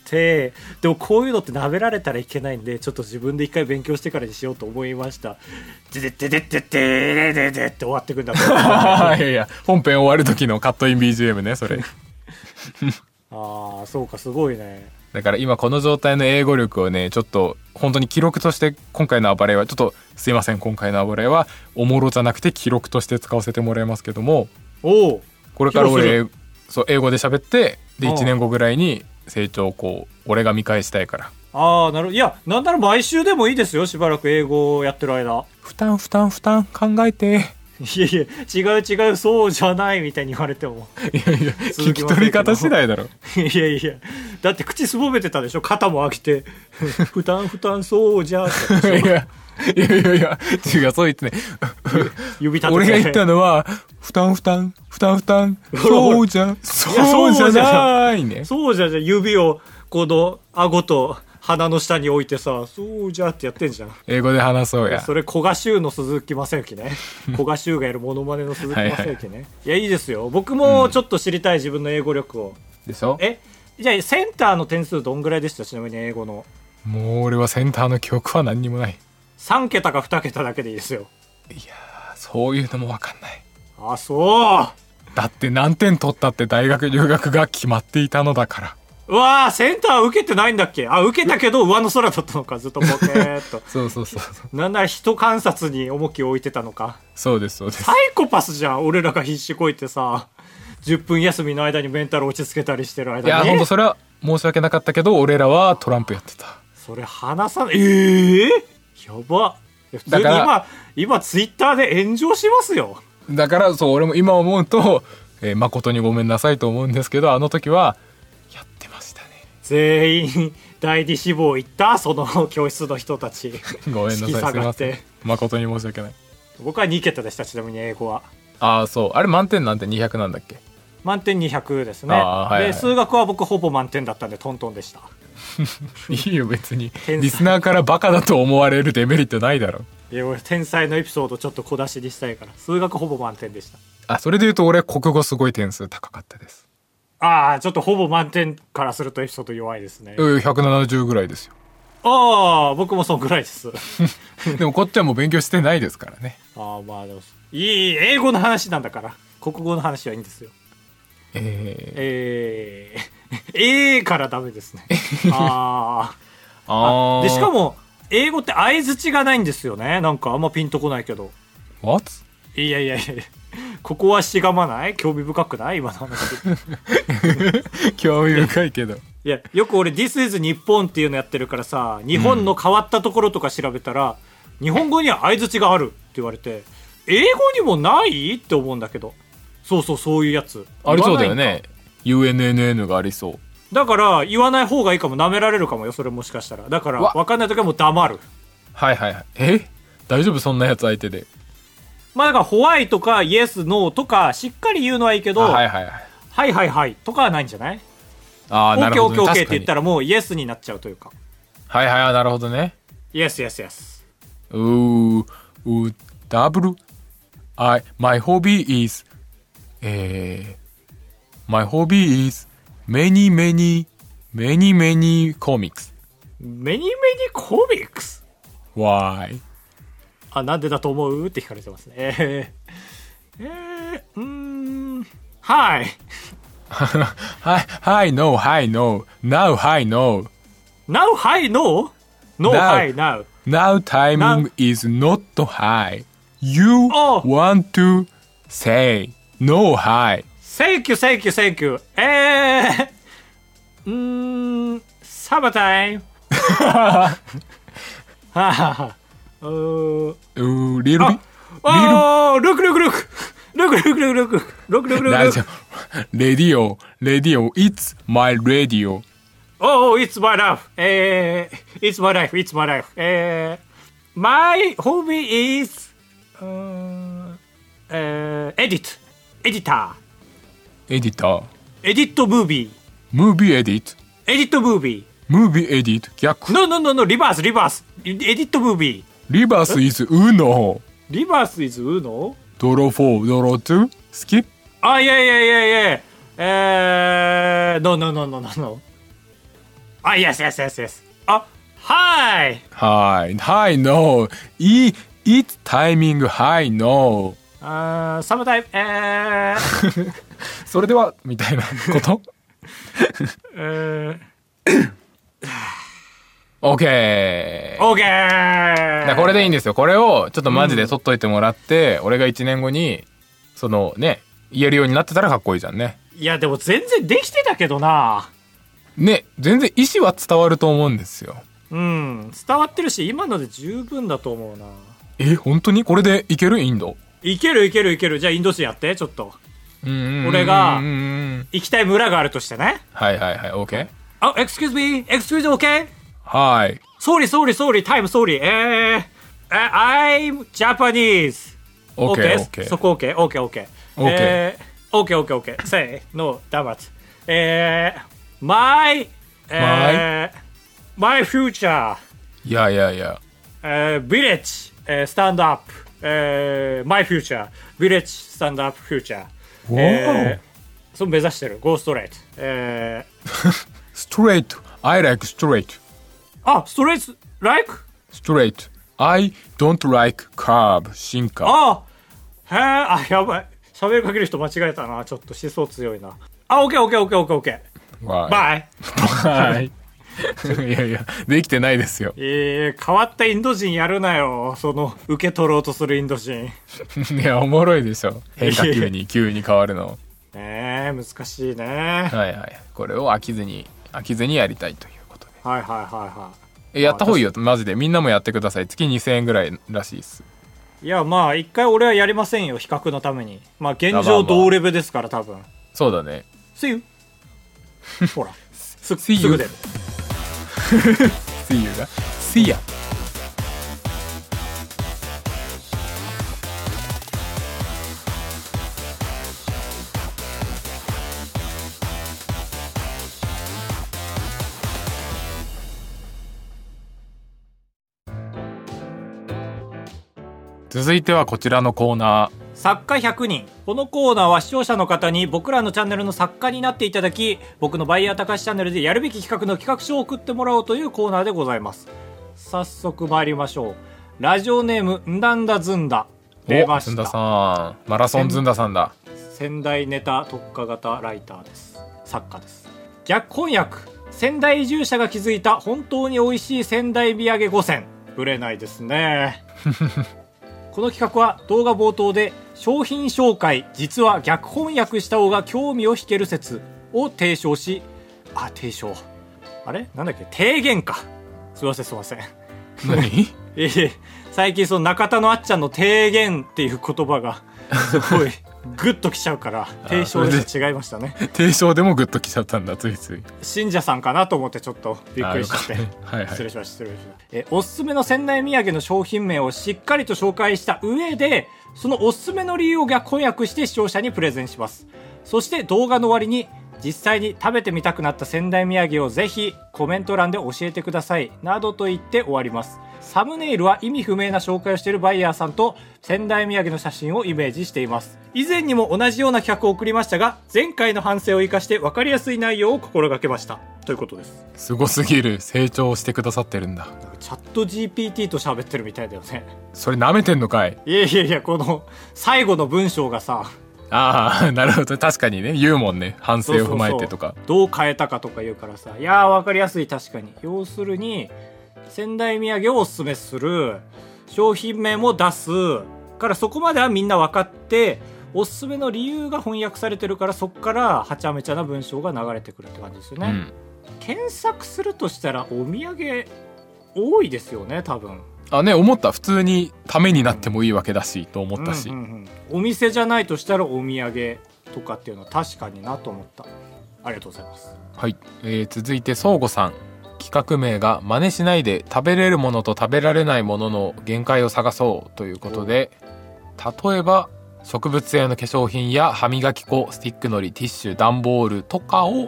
Speaker 1: でもこういうのって舐められたらいけないんで、ちょっと自分で一回勉強してからにしようと思いました。ででででででででって終わってくんだ
Speaker 2: いやいや、本編終わる時のカットイン ビージーエム ね、それ
Speaker 1: ああ、そうか、すごいね。
Speaker 2: だから今この状態の英語力をね、ちょっと本当に記録として、今回の暴れはちょっとすいません、今回の暴れはおもろじゃなくて記録として使わせてもらいますけども、
Speaker 1: おお、
Speaker 2: これから俺そう英語で喋って、でいちねんごぐらいに成長をこう俺が見返したいから。
Speaker 1: ああ、なるほど。いや、なんなら毎週でもいいですよ、しばらく英語をやってる間。
Speaker 2: 負担負担負担考えて。
Speaker 1: いやいや、違う違う、そうじゃないみたいに言われても。
Speaker 2: いやいや、聞き取り方次第だろ。
Speaker 1: いやいや、だって口すぼめてたでしょ、肩も開けて。負担負担、そうじゃって。
Speaker 2: いやいやいやいや、違う、そう言ってね。
Speaker 1: 指立てて。
Speaker 2: 俺が言ったのは、負担負担、負担負担、そうじゃ、そうじゃないね。
Speaker 1: そうじゃじゃ、指をこの顎と鼻の下に置いてさ、そうじゃってやってんじゃん。
Speaker 2: 英語で話そうや。
Speaker 1: それ古賀修の鈴木正幸ね。古賀修がやるモノマネの鈴木正幸ね。はい、はい、いや、いいですよ。僕もちょっと知りたい、自分の英語力を。
Speaker 2: でしょ？
Speaker 1: え、じゃあセンターの点数どんぐらいでした？ちなみに英語の。
Speaker 2: もう俺はセンターの記憶は何にもない。
Speaker 1: さんけたかにけただけでいいですよ。
Speaker 2: いやー、そういうのも分かんない。
Speaker 1: あ、そう
Speaker 2: だって何点取ったって大学留学が決まっていたのだから。
Speaker 1: うわー、センター受けてないんだっけ？あ、受けたけど上の空だったのか、ずっとボケーっと。
Speaker 2: そうそうそう
Speaker 1: なんなら人観察に重きを置いてたのか。
Speaker 2: そうですそうです。
Speaker 1: サイコパスじゃん。俺らが必死こいてさ、じゅっぷん休みの間にメンタル落ち着けたりしてる間に。い
Speaker 2: や、ほんとそれは申し訳なかったけど、俺らはトランプやってた。
Speaker 1: それ話さない。えー、やば。普通に今、今ツイッターで炎上しますよ。
Speaker 2: だからそう、俺も今思うと、えー、誠にごめんなさいと思うんですけど、あの時はやってましたね。
Speaker 1: 全員第二志望行った、その教室の人たち。
Speaker 2: ごめんなさい、すいません、誠に申し訳ない。
Speaker 1: 僕はにけたでした。ちなみに英語は。
Speaker 2: ああ、そう。あれ満点なんてにひゃくなんだっけ？
Speaker 1: 満点にひゃくですね。
Speaker 2: はいはい、
Speaker 1: で数学は僕ほぼ満点だったんでトントンでした。
Speaker 2: いいよ別に。リスナーからバカだと思われるデメリットないだろ。
Speaker 1: いや、俺天才のエピソードちょっと小出しにしたいから。数学ほぼ満点でした。
Speaker 2: あ、それで言うと俺国語すごい点数高かったです。
Speaker 1: ああ、ちょっとほぼ満点からするとエピソード弱いですね。
Speaker 2: ひゃくななじゅうぐらいですよ。
Speaker 1: ああ、僕もそんぐらいです。
Speaker 2: でもこっちはもう勉強してないですからね。
Speaker 1: ああ、まあでもいい、英語の話なんだから、国語の話はいいんですよ。
Speaker 2: えー、
Speaker 1: えー、えーからダメですね。あ
Speaker 2: あ
Speaker 1: あ。でしかも英語って相づちがないんですよね。なんかあんまピンとこないけど。
Speaker 2: What？
Speaker 1: いやいやいや、ここはしがまない？興味深くない？今の話。
Speaker 2: 興味深いけど。
Speaker 1: いや、よく俺 This is 日本っていうのやってるからさ、日本の変わったところとか調べたら、うん、日本語には相づちがあるって言われて、英語にもないって思うんだけど。そうそう、そういうやつ
Speaker 2: ありそうだよね。 ユーエヌエヌエヌ がありそう。
Speaker 1: だから言わない方がいいかも。舐められるかもよ、それ。もしかしたら。だから分かんない時はもう黙る。
Speaker 2: はいはいはい。え、大丈夫？そんなやつ相手で。
Speaker 1: まあだからホワイトかイエスノーとかしっかり言うのはいいけど、
Speaker 2: はいはいはい、
Speaker 1: はいはいはいとかはないんじゃない？
Speaker 2: ああ、なるほど、ね、
Speaker 1: オーケーオーケーって言ったらもうイエスになっちゃうというか。
Speaker 2: はいはい、なるほどね。
Speaker 1: イエスイエスイエス。
Speaker 2: うーうダブル I my hobby is えー、my hobby is many many many many comics
Speaker 1: many many comics
Speaker 2: why？
Speaker 1: あ、なんでだと思うって聞かれてますね。えー、えー、うーん、はい。
Speaker 2: はいはい no hi no now hi no
Speaker 1: now hi no no hi now
Speaker 2: now timing now. is not high you
Speaker 1: oh.
Speaker 2: want to say no hi
Speaker 1: thank you thank you thank you えーうーんサマータイムはははうー
Speaker 2: うリルビ
Speaker 1: ああルクルクルクルクルクルクルクルクルクルクルク
Speaker 2: レディオレディオ It's my radio
Speaker 1: Oh it's my life えー It's my life It's my life えー My hobby is うーんえーエディットエディター
Speaker 2: エディター
Speaker 1: エディットムービー
Speaker 2: ムービーエディット
Speaker 1: エディットムービー。
Speaker 2: ムービーエディット逆。
Speaker 1: No no no no リバースリバースエディットムービー。
Speaker 2: リバース is ウノ。
Speaker 1: リバース is ウノ。
Speaker 2: ドロフォードロツースキップ。
Speaker 1: あいやいやいやいやえー No no no no no no あ Yes yes yes yes あはい
Speaker 2: はいはい No I It's timing Hi No
Speaker 1: あーサムタイムえー
Speaker 2: それではみたいなこと
Speaker 1: えー
Speaker 2: オーケー
Speaker 1: オーケー。
Speaker 2: これでいいんですよ。これをちょっとマジで取っといてもらって、うん、俺がいちねんごにそのね言えるようになってたらかっこいいじゃんね。
Speaker 1: いやでも全然できてたけどな。
Speaker 2: ね、全然意思は伝わると思うんですよ。
Speaker 1: うん、伝わってるし今ので十分だと思うな。
Speaker 2: え、本当にこれでいける？インド
Speaker 1: いけるいけるいける。じゃあインド人やってちょっと。
Speaker 2: うんうんうんうん、
Speaker 1: 俺が行きたい村があるとしてね。
Speaker 2: はいはいはい。 OK。
Speaker 1: あ、excuse me excuse me OK。
Speaker 2: はい。
Speaker 1: Sorry sorry sorry time sorry えー、I'm Japanese。
Speaker 2: OK OK
Speaker 1: そこ OK OK OK
Speaker 2: OK、
Speaker 1: えー、OK OK OK say no 黙ってえー、my えー、my future
Speaker 2: いやいやいや
Speaker 1: えー、village えー、stand up えー、my future village stand up future えー、そう目指してる go straight えー、
Speaker 2: straight I like straight。
Speaker 1: あ、ストレート like
Speaker 2: straight I don't like curve 進化。
Speaker 1: あへえ、あ、やばい喋りかける人間違えたな。ちょっと思想強いな。あ、オッケーオッケーオッケーオッケーオッケーバイ
Speaker 2: バイいやいやできてないですよ。
Speaker 1: えー、変わったインド人やるなよ。その受け取ろうとするインド人
Speaker 2: いやおもろいでしょ、変化球に急に変わるの。
Speaker 1: ねえ難しいね。
Speaker 2: はいはい、これを飽きずに飽きずにやりたいということで。
Speaker 1: はいはいはいはい。
Speaker 2: えやった方がいいよマジで。みんなもやってください。月にせんえんぐらいらしいです。
Speaker 1: いやまあ一回俺はやりませんよ、比較のために。まあ現状同レベですから多分。
Speaker 2: そうだね。
Speaker 1: See you ほらす,
Speaker 2: See you
Speaker 1: すぐ出る
Speaker 2: See you が See ya。続いてはこちらのコーナー、
Speaker 1: 作家ひゃくにん。このコーナーは視聴者の方に僕らのチャンネルの作家になっていただき、僕のバイヤーたかしチャンネルでやるべき企画の企画書を送ってもらおうというコーナーでございます。早速参りましょう。ラジオネームんだんだずんだ。出ました。
Speaker 2: ずんださん、マラソンずんださんだ。
Speaker 1: 仙台ネタ特化型ライターです。作家です。逆翻訳、仙台移住者が気づいた本当に美味しい仙台土産ごせん。ぶれないですねこの企画は動画冒頭で商品紹介実は逆翻訳した方が興味を引ける説を提唱し、あ提唱あれなんだっけ提言か。すいませんすいません
Speaker 2: 何
Speaker 1: ええ最近その中田のあっちゃんの提言っていう言葉がすごいグッときちゃうから提唱で違いましたね。
Speaker 2: 提唱でもグッときちゃったんだ。ついつい
Speaker 1: 信者さんかなと思ってちょっとびっくりしちゃってはい、はい、失礼しました失礼しました。えおすすめの仙台土産の商品名をしっかりと紹介した上で、そのおすすめの理由を逆翻訳して視聴者にプレゼンします。そして動画の終わりに実際に食べてみたくなった仙台土産をぜひコメント欄で教えてくださいなどと言って終わります。サムネイルは意味不明な紹介をしているバイヤーさんと仙台土産の写真をイメージしています。以前にも同じような企画を送りましたが、前回の反省を生かして分かりやすい内容を心がけましたということです。
Speaker 2: すごすぎる。成長してくださってるんだ。
Speaker 1: チャット ジーピーティー と喋ってるみたいだよね。
Speaker 2: それ舐めてんのかい。
Speaker 1: いやいやいや、この最後の文章がさ、
Speaker 2: ああなるほど、確かにね言うもんね、反省を踏まえてとか。
Speaker 1: そうそうそう、どう変えたかとか言うからさ、いやー分かりやすい。確かに要するに仙台土産をおすすめする、商品名も出すから、そこまではみんな分かって、おすすめの理由が翻訳されてるから、そこからはちゃめちゃな文章が流れてくるって感じですよね、うん、検索するとしたらお土産多いですよね多分。
Speaker 2: あね、思った。普通にためになってもいいわけだし、うん、と思ったし、
Speaker 1: うんうんうん、お店じゃないとしたらお土産とかっていうのは確かになと思った。ありがとうございます。
Speaker 2: はい、えー、続いて相互さん。企画名が真似しないで食べれるものと食べられないものの限界を探そうということで、例えば植物性の化粧品や歯磨き粉、スティックのり、ティッシュ、段ボールとかを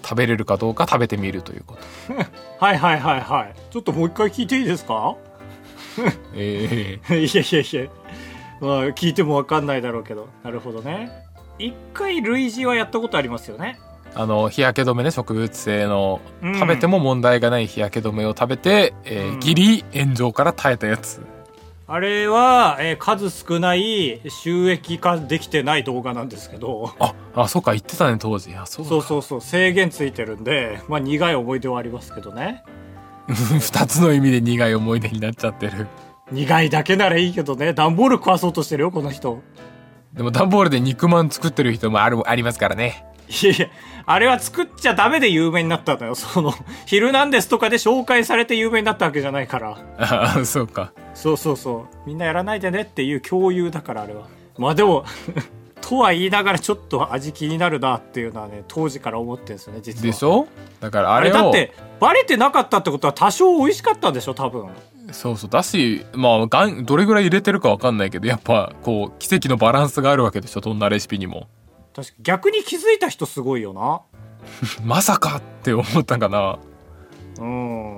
Speaker 2: 食べれるかどうか食べてみるということ
Speaker 1: はいはいはいはい。ちょっともう一回聞いていいですか？
Speaker 2: ええー、
Speaker 1: いやいやいや、まあ聞いても分かんないだろうけど。なるほどね。一回類似はやったことありますよね。
Speaker 2: あの日焼け止めね、植物性の、うん、食べても問題がない日焼け止めを食べて、えーうん、ギリ炎上から耐えたやつ。
Speaker 1: あれは、えー、数少ない収益化できてない動画なんですけど。
Speaker 2: ああ、そうか、言ってたね当時。あ、そう
Speaker 1: そうそうそう、制限ついてるんで、まあ苦い思い出はありますけどね。
Speaker 2: 二つの意味で苦い思い出になっちゃってる。
Speaker 1: 苦いだけならいいけどね。段ボール壊そうとしてるよこの人。
Speaker 2: でも段ボールで肉まん作ってる人もあるありますからね。
Speaker 1: いやいや、あれは作っちゃダメで有名になったんだよ。そのヒルナンデスとかで紹介されて有名になったわけじゃないから。
Speaker 2: ああ、そうか。
Speaker 1: そうそうそう、みんなやらないでねっていう共有だからあれは。まあでもとは言いながらちょっと味気になるなっていうのはね、当時から思ってるんですよね実は。
Speaker 2: でしょ。だからあれを、
Speaker 1: あれだってバレてなかったってことは多少美味しかったんでしょ多分。
Speaker 2: そうそうだし、まあがんどれぐらい入れてるか分かんないけど、やっぱこう奇跡のバランスがあるわけでしょ、どんなレシピにも。
Speaker 1: 確か逆に気づいた人すごいよな。
Speaker 2: まさかって思ったんかな。
Speaker 1: うん、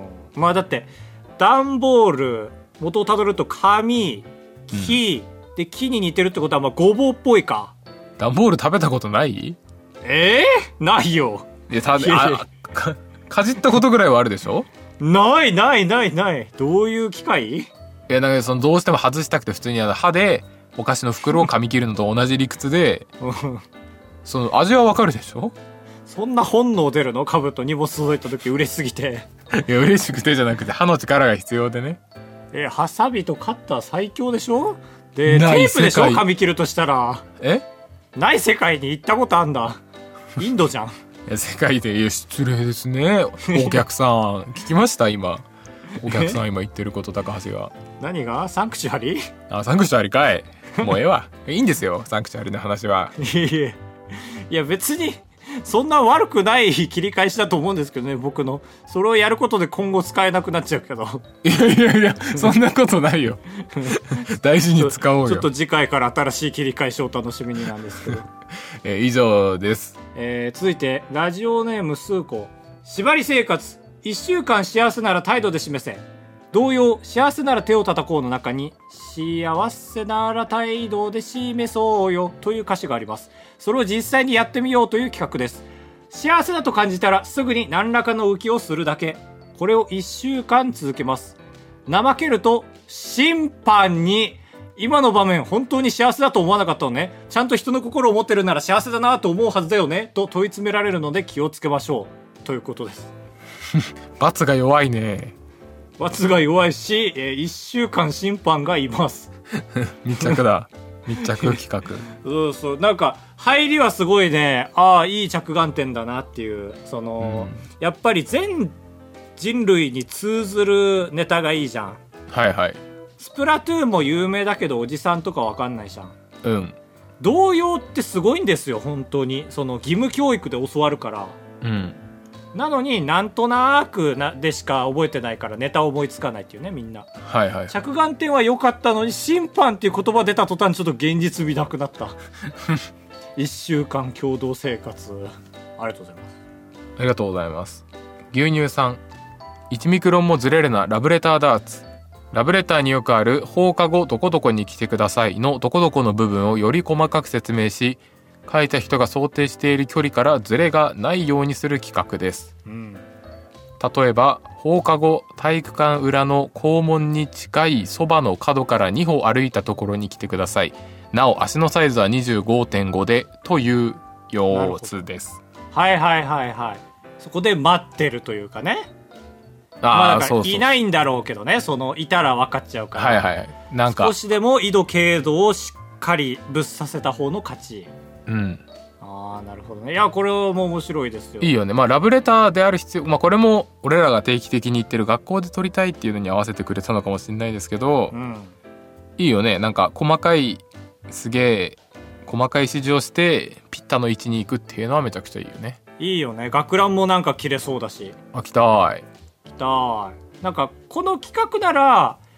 Speaker 1: まあだって段ボール元をたどると紙、木、うん、で木に似てるってことはまあごぼうっぽいか。
Speaker 2: 段ボール食べたことない？
Speaker 1: えー、ないよ。
Speaker 2: いやたいやあかかじったことぐらいはあるでしょ。
Speaker 1: ないないないない。どういう機械？い
Speaker 2: やなんかそのどうしても外したくて普通にあの歯でお菓子の袋を噛み切るのと同じ理屈でその味はわかるでしょ。
Speaker 1: そんな本能出るの？カブと荷物届いた時嬉しすぎて。
Speaker 2: いや嬉しくてじゃなくて歯の力が必要でね。
Speaker 1: えハサミとカッター最強でしょ。でテープでしょ噛み切るとしたら。
Speaker 2: え
Speaker 1: ない世界に行ったことあんだ。インドじゃん。
Speaker 2: いや世界で。いや失礼ですねお客さん。聞きました今お客さん今言ってること。高橋が
Speaker 1: 何がサンクチュアリ？
Speaker 2: あ、サンクチュアリかい。もうええわ。いいんですよサンクチュアリの話は。
Speaker 1: いやいやいや別にそんな悪くない切り返しだと思うんですけどね、僕の。それをやることで今後使えなくなっちゃうけど。
Speaker 2: いやいやいやそんなことないよ大事に使おうよ。
Speaker 1: ちょっと次回から新しい切り返しを楽しみになんですけど
Speaker 2: えー、以上です。
Speaker 1: えー、続いてラジオネームスーコ。縛り生活いっしゅうかん幸せなら態度で示せ。同様幸せなら手を叩こうの中に幸せなら態度で示そうよという歌詞があります。それを実際にやってみようという企画です。幸せだと感じたらすぐに何らかの動きをするだけ。これをいっしゅうかん続けます。怠けると審判に今の場面本当に幸せだと思わなかったのね、ちゃんと人の心を持ってるなら幸せだなと思うはずだよねと問い詰められるので気をつけましょうということです
Speaker 2: 罰が弱いね。
Speaker 1: 罰が弱いし、えー、いっしゅうかん審判がいます
Speaker 2: 密着だ密着企画
Speaker 1: そうそう、なんか入りはすごいね、ああいい着眼点だなっていう、その、うん、やっぱり全人類に通ずるネタがいいじゃん。
Speaker 2: はいはい。
Speaker 1: スプラトゥーンも有名だけどおじさんとかわかんないじゃん。
Speaker 2: うん。
Speaker 1: 童謡ってすごいんですよ本当に。その義務教育で教わるから。
Speaker 2: うん。
Speaker 1: なのになんとなくなでしか覚えてないからネタ思いつかないっていうね、みんな。
Speaker 2: はいはい。
Speaker 1: 着眼点は良かったのに審判っていう言葉出た途端ちょっと現実味なくなったいっしゅうかん共同生活、ありがとうございます。
Speaker 2: ありがとうございます。牛乳さん、いちミクロンもずれるなラブレターダーツ。ラブレターによくある放課後どこどこに来てくださいのどこどこの部分をより細かく説明し、書いた人が想定している距離からズレがないようにする企画です、うん、例えば放課後体育館裏の校門に近いそばの角からに歩歩いたところに来てください。なお足のサイズは にじゅうごてんご でという様子です。
Speaker 1: はいはいはいはい。そこで待ってるというかね。あ、まあ、なんかいないんだろうけどね、そのいたら分かっちゃうから、
Speaker 2: はいはい、なんか
Speaker 1: 少しでも緯度経度をしっかりぶっさせた方の勝ち。
Speaker 2: うん。
Speaker 1: ああなるほどね。いやこれも面白いですよ。
Speaker 2: いいよね。まあラブレターである必要、まあこれも俺らが定期的に言ってる学校で撮りたいっていうのに合わせてくれたのかもしれないですけど、うん、いいよね。なんか細かいすげえ細かい指示をしてピッタの位置に行くっていうのはめちゃくちゃいいよね。
Speaker 1: いいよね。学ランもなんか切れそうだし。
Speaker 2: あ、来たい
Speaker 1: 来たい。なんかこの企画なら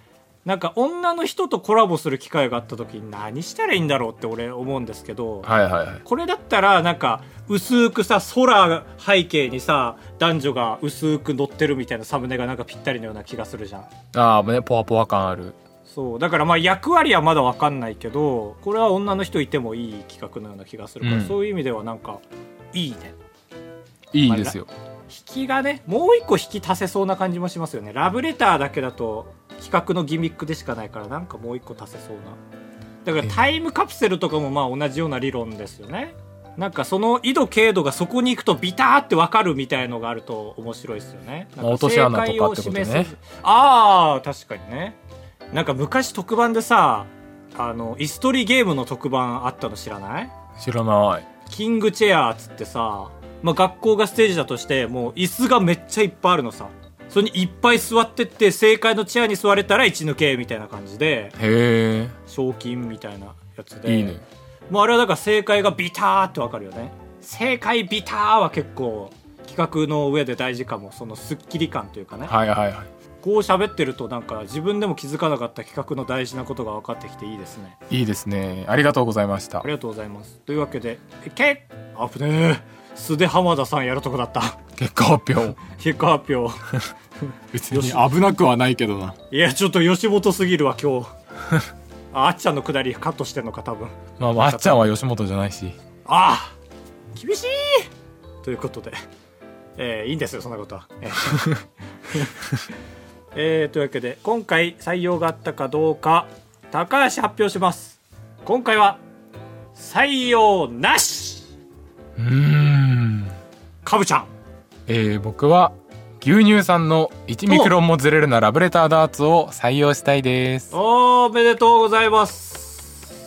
Speaker 1: なんか女の人とコラボする機会があった時に何したらいいんだろうって俺思うんですけど、
Speaker 2: はいはいはい、
Speaker 1: これだったらなんか薄くさ空背景にさ男女が薄く乗ってるみたいなサムネがなんかぴったりのような気がするじゃん。
Speaker 2: ああね、ポワポワ感ある。
Speaker 1: そうだからまあ役割はまだ分かんないけど、これは女の人いてもいい企画のような気がするから、うん、そういう意味ではなんかいいね。
Speaker 2: いいですよ、
Speaker 1: まあ、引きがねもう一個引き足せそうな感じもしますよね。ラブレターだけだと企画のギミックでしかないから、なんかもう一個足せそうな。だからタイムカプセルとかもまあ同じような理論ですよね。なんかその緯度経度がそこに行くとビターって分かるみたいのがあると面白いですよね。なんか
Speaker 2: 落とし穴とかってことね。
Speaker 1: ああ確かにね。なんか昔特番でさ、あのイストリゲームの特番あったの知らない？
Speaker 2: 知らない。
Speaker 1: キングチェアっつってさ、まあ、学校がステージだとしてもう椅子がめっちゃいっぱいあるのさ。それにいっぱい座ってって正解のチェアに座れたら一抜けみたいな感じで、
Speaker 2: へー、
Speaker 1: 賞金みたいなやつで、
Speaker 2: いいね。
Speaker 1: もうあれはだから正解がビターって分かるよね。正解ビターは結構企画の上で大事かも。そのスッキリ感というかね。
Speaker 2: はいはいはい。
Speaker 1: こう喋ってるとなんか自分でも気づかなかった企画の大事なことが分かってきていいですね。
Speaker 2: いいですね。ありがとうございました。
Speaker 1: ありがとうございます。というわけでけあぶねえ素で浜田さんやるとこだった。
Speaker 2: 結果発表
Speaker 1: 結果発表
Speaker 2: 別に危なくはないけどな。
Speaker 1: いやちょっと吉本すぎるわ今日あ, あっちゃんのくだりカットしてんのか多分。
Speaker 2: まあ、まあ、あっちゃんは吉本じゃないし。
Speaker 1: ああ厳しいということで、えー、いいんですよそんなことは、えーえー、というわけで今回採用があったかどうか高橋発表します。今回は採用なし。
Speaker 2: うーん
Speaker 1: かぶちゃん、
Speaker 2: えー、僕は牛乳さんのいちミクロンもずれるなラブレターダーツを採用したいです。
Speaker 1: おめでとうございます。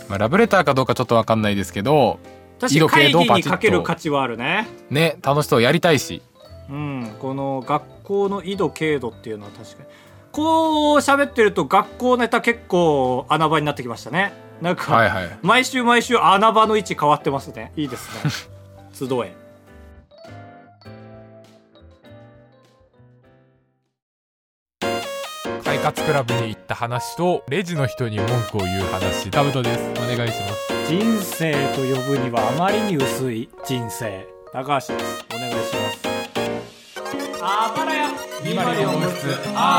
Speaker 2: まあ、ラブレターかどうかちょっと分かんないですけど、
Speaker 1: 確かに会議にかける価値はあるね。
Speaker 2: ね、楽しそう、やりたいし、
Speaker 1: うん、この学校の緯度経度っていうのは確かにこう喋ってると学校ネタ結構穴場になってきましたね。なんか、はいはい、毎週毎週穴場の位置変わってますね。いいですね集え。
Speaker 2: 快活クラブに行った話とレジの人に文句を言う話、タブトです。お願いします。
Speaker 1: 人生と呼ぶにはあまりに薄い人生、高橋です。お願いします。あばらやにまるよん号室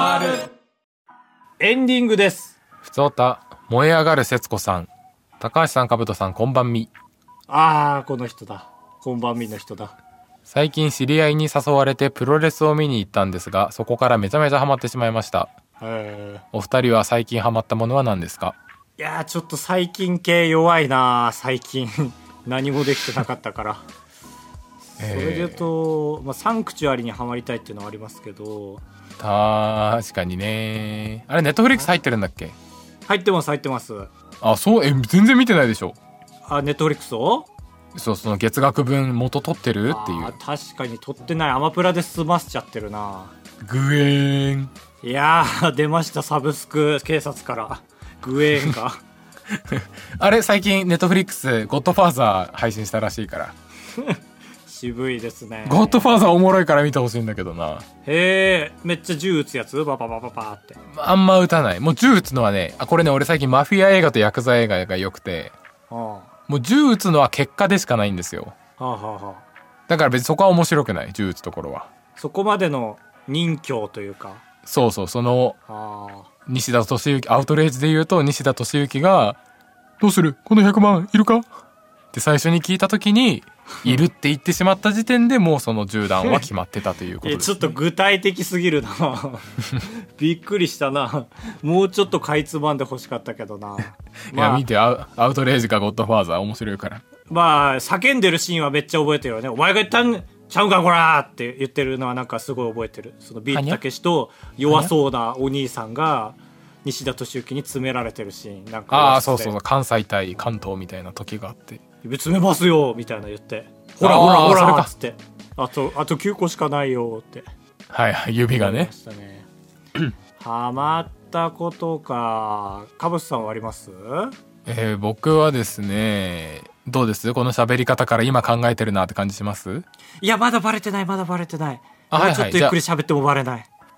Speaker 1: R エンディングです。
Speaker 2: ふつおた燃え上がる節子さん、高橋さん、かぶとさん、こんばんみ。
Speaker 1: あーこの人だ、こんばんみの人だ。
Speaker 2: 最近知り合いに誘われてプロレスを見に行ったんですが、そこからめちゃめちゃハマってしまいました。お二人は最近ハマったものは何ですか？
Speaker 1: いやーちょっと最近系弱いな。最近何もできてなかったからそれで言うと、まあ、サンクチュアリにハマりたいっていうのはありますけど。
Speaker 2: 確かにね。あれネットフリックス入ってるんだっけ？
Speaker 1: 入ってます入ってます。
Speaker 2: あ、そう、え全然見てないでしょ。
Speaker 1: あ、ネットフリックスを
Speaker 2: そう、その月額分元取ってるっていう。
Speaker 1: あ、確かに取ってない。アマプラで済ませちゃってるな。
Speaker 2: グエーン。
Speaker 1: いやー出ました、サブスク警察からグエーンが
Speaker 2: あれ最近ネットフリックスゴッドファーザー配信したらしいから
Speaker 1: 渋いですね。
Speaker 2: ゴッドファーザーおもろいから見てほしいんだけどな。
Speaker 1: へえ、めっちゃ銃撃つやつバババババって。
Speaker 2: あんま撃たない。もう銃撃つのはね、あこれね俺最近マフィア映画とヤクザ映画が良くて、はあ、もう銃撃つのは結果でしかないんですよ、はあはあ、だから別にそこは面白くない。銃撃つところは
Speaker 1: そこまでの任侠というか。
Speaker 2: そうそう、その、はあ、西田敏行、アウトレイジで言うと西田敏行がどうするこのひゃくまんいるかって最初に聞いた時にいるって言ってしまった時点でもうその銃弾は決まってたということです、ね、
Speaker 1: ちょっと具体的すぎるなびっくりしたな。もうちょっとかいつまんで欲しかったけどな、まあ、
Speaker 2: いや見て、アウトレイジかゴッドファーザー面白いから。
Speaker 1: まあ叫んでるシーンはめっちゃ覚えてるよね。お前が言ったんちゃうかこらって言ってるのはなんかすごい覚えてる。そのビートたけしと弱そうなお兄さんが西田敏行に詰められてるシーンなんか。
Speaker 2: ああそうそう、関西対関東みたいな時があって、
Speaker 1: 詰めますよみたいな言って、ほらほらほらっつって、あとあときゅうこしかないよって。
Speaker 2: はいはい、指がね。
Speaker 1: ハマったことか。カブスさんはあります？
Speaker 2: えー、僕はですね、どうですこの喋り方から今考えてるなって感じします？
Speaker 1: いやまだバレてないまだバレてない。
Speaker 2: あ、はいはい、
Speaker 1: ちょっとゆっくり喋ってもバレない。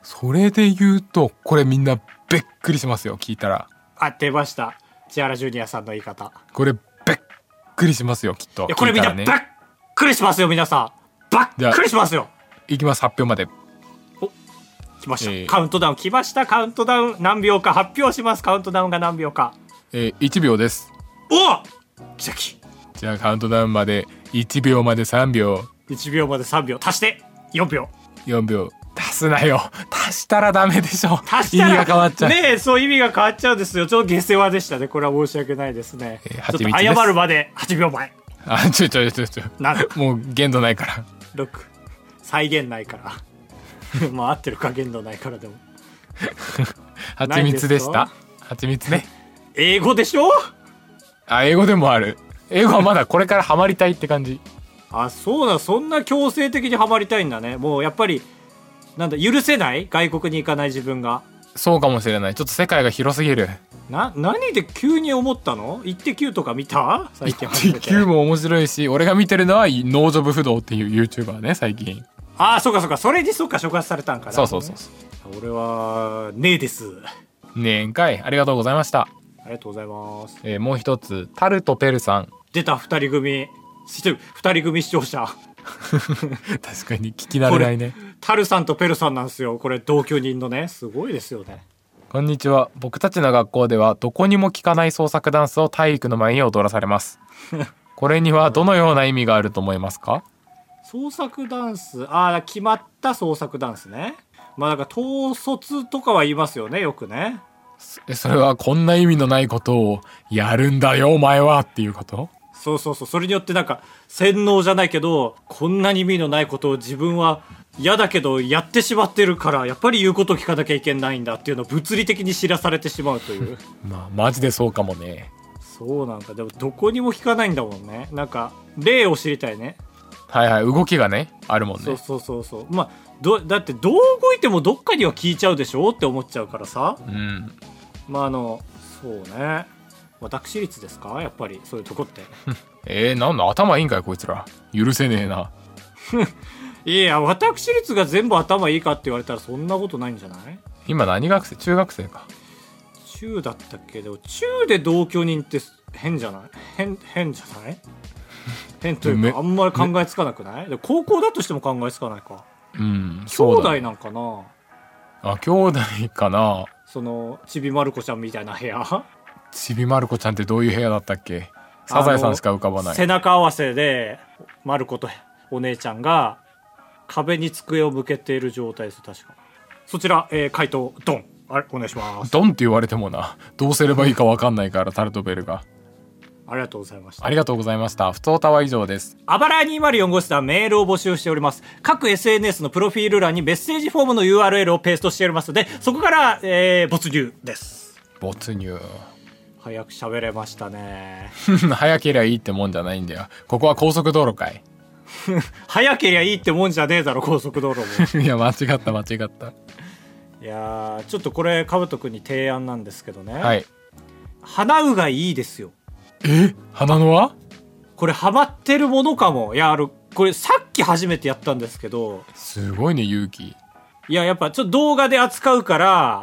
Speaker 2: それで言うとこれみんなびっくりしますよ、聞いたら。
Speaker 1: あ、出ました、千原ジュニアさんの言い方。
Speaker 2: これびっくりしますよきっと。
Speaker 1: いやこれみんなびっくりしますよ、皆さんびっくりしますよ。
Speaker 2: いきます、発表まで。
Speaker 1: お、来ました、
Speaker 2: えー、
Speaker 1: カウントダウン来ました。カウントダウン何秒か発表します。カウントダウンが何秒か。
Speaker 2: えー、いちびょうです。
Speaker 1: お、奇跡。
Speaker 2: じゃあカウントダウンまでいちびょうまでさんびょう、
Speaker 1: いちびょうまでさんびょう、足してよんびょう。
Speaker 2: よんびょう足すなよ、足したらダメでしょ。
Speaker 1: 足したら
Speaker 2: 意味が変わっちゃう
Speaker 1: ねえ、そう意味が変わっちゃうんですよ。ちょっと下世話でしたね、これは申し訳ないですね、
Speaker 2: えー、
Speaker 1: ちょっと謝るまではちびょうまえ。
Speaker 2: あ、ちょちょちょちょ
Speaker 1: な
Speaker 2: もう限度ないから
Speaker 1: ろく、再現ないからまあ合ってるか、限度ないから。でも
Speaker 2: はちみつでした。はちみつね
Speaker 1: 英語でしょ。
Speaker 2: あ、英語でもある。英語はまだこれからハマりたいって感じ。
Speaker 1: あ、そうだ、そんな強制的にハマりたいんだね。もうやっぱりなんだ、許せない、外国に行かない自分が。
Speaker 2: そうかもしれない。ちょっと世界が広すぎる。
Speaker 1: な、何で急に思ったの？イッテ Q とか見た？最近初めて。
Speaker 2: イッテ Q も面白いし、俺が見てるのはノージョブ不動っていう YouTuber ね、最近。
Speaker 1: ああ、そうかそうか、それにそうか触発されたんかな。
Speaker 2: そうそうそうそう。
Speaker 1: 俺はねえです。
Speaker 2: ねえんかい。ありがとうございました。
Speaker 1: ありがとうございます。
Speaker 2: えー、もう一つ、タルトペルさん。
Speaker 1: 出た、二人組。二人組視聴者。
Speaker 2: 確かに聞き慣れないね。
Speaker 1: タルさんとペルさんなんですよ、これ同居人のね。すごいですよね。
Speaker 2: こんにちは。僕たちの学校ではどこにも効かない創作ダンスを体育の前に踊らされますこれにはどのような意味があると思いますか？
Speaker 1: 創作ダンス、ああ、決まった創作ダンスね。まあなんか統率とかは言いますよね、よくね。
Speaker 2: そ, それはこんな意味のないことをやるんだよお前はっていうこと？
Speaker 1: そうそうそう、それによってなんか洗脳じゃないけど、こんなに意味のないことを自分は嫌だけどやってしまってるから、やっぱり言うことを聞かなきゃいけないんだっていうのを物理的に知らされてしまうという
Speaker 2: まあマジでそうかもね。
Speaker 1: そうなんか、でもどこにも聞かないんだもんね。なんか例を知りたいね。
Speaker 2: はいはい、動きがねあるもんね。
Speaker 1: そうそうそうそう、まあどだってどう動いてもどっかには聞いちゃうでしょって思っちゃうからさ。
Speaker 2: うん。ま
Speaker 1: ああのそうね、私立ですか、やっぱりそういうとこって
Speaker 2: えー、なんだ頭いいんかいこいつら。許せねえな。
Speaker 1: いや、私立が全部頭いいかって言われたらそんなことないんじゃない？
Speaker 2: 今何学生？中学生か。
Speaker 1: 中だったっけ？でも中で同居人って変じゃない？変変じゃない？変というかあんまり考えつかなくない？で高校だとしても考えつかないか。
Speaker 2: うん、
Speaker 1: 兄
Speaker 2: そうだ
Speaker 1: 弟なんかな。
Speaker 2: あ、兄弟かな。
Speaker 1: そのちびまる子ちゃんみたいな部屋。
Speaker 2: ちびまる子ちゃんってどういう部屋だったっけ？サザエさんしか浮かばない。
Speaker 1: 背中合わせでまる子とお姉ちゃんが壁に机を向けている状態です。確かそちら、えー、回答ドン、あれお願いします。
Speaker 2: ドンって言われてもな、どうすればいいか分かんないからタルトベルが。
Speaker 1: ありがとうございました。
Speaker 2: ありがとうございました。ふつおたは以上です。
Speaker 1: あばらにまるよん号室ではメールを募集しております。各 エスエヌエス のプロフィール欄にメッセージフォームの ユーアールエル をペーストしておりますので、そこから、えー、没入です。
Speaker 2: 没入。
Speaker 1: 早く喋れましたね
Speaker 2: 早けりゃいいってもんじゃないんだよ。ここは高速道路かい
Speaker 1: 早けりゃいいってもんじゃねえだろ高速道路も
Speaker 2: いや間違った間違った。
Speaker 1: いやー、ちょっとこれかぶとくんに提案なんですけどね。
Speaker 2: はい。
Speaker 1: 鼻うがいいですよ。
Speaker 2: え、鼻の輪？
Speaker 1: これハマってるものかも。いや、あのこれさっき初めてやったんですけど、
Speaker 2: すごいね勇気。
Speaker 1: いや、やっぱちょっと動画で扱うから、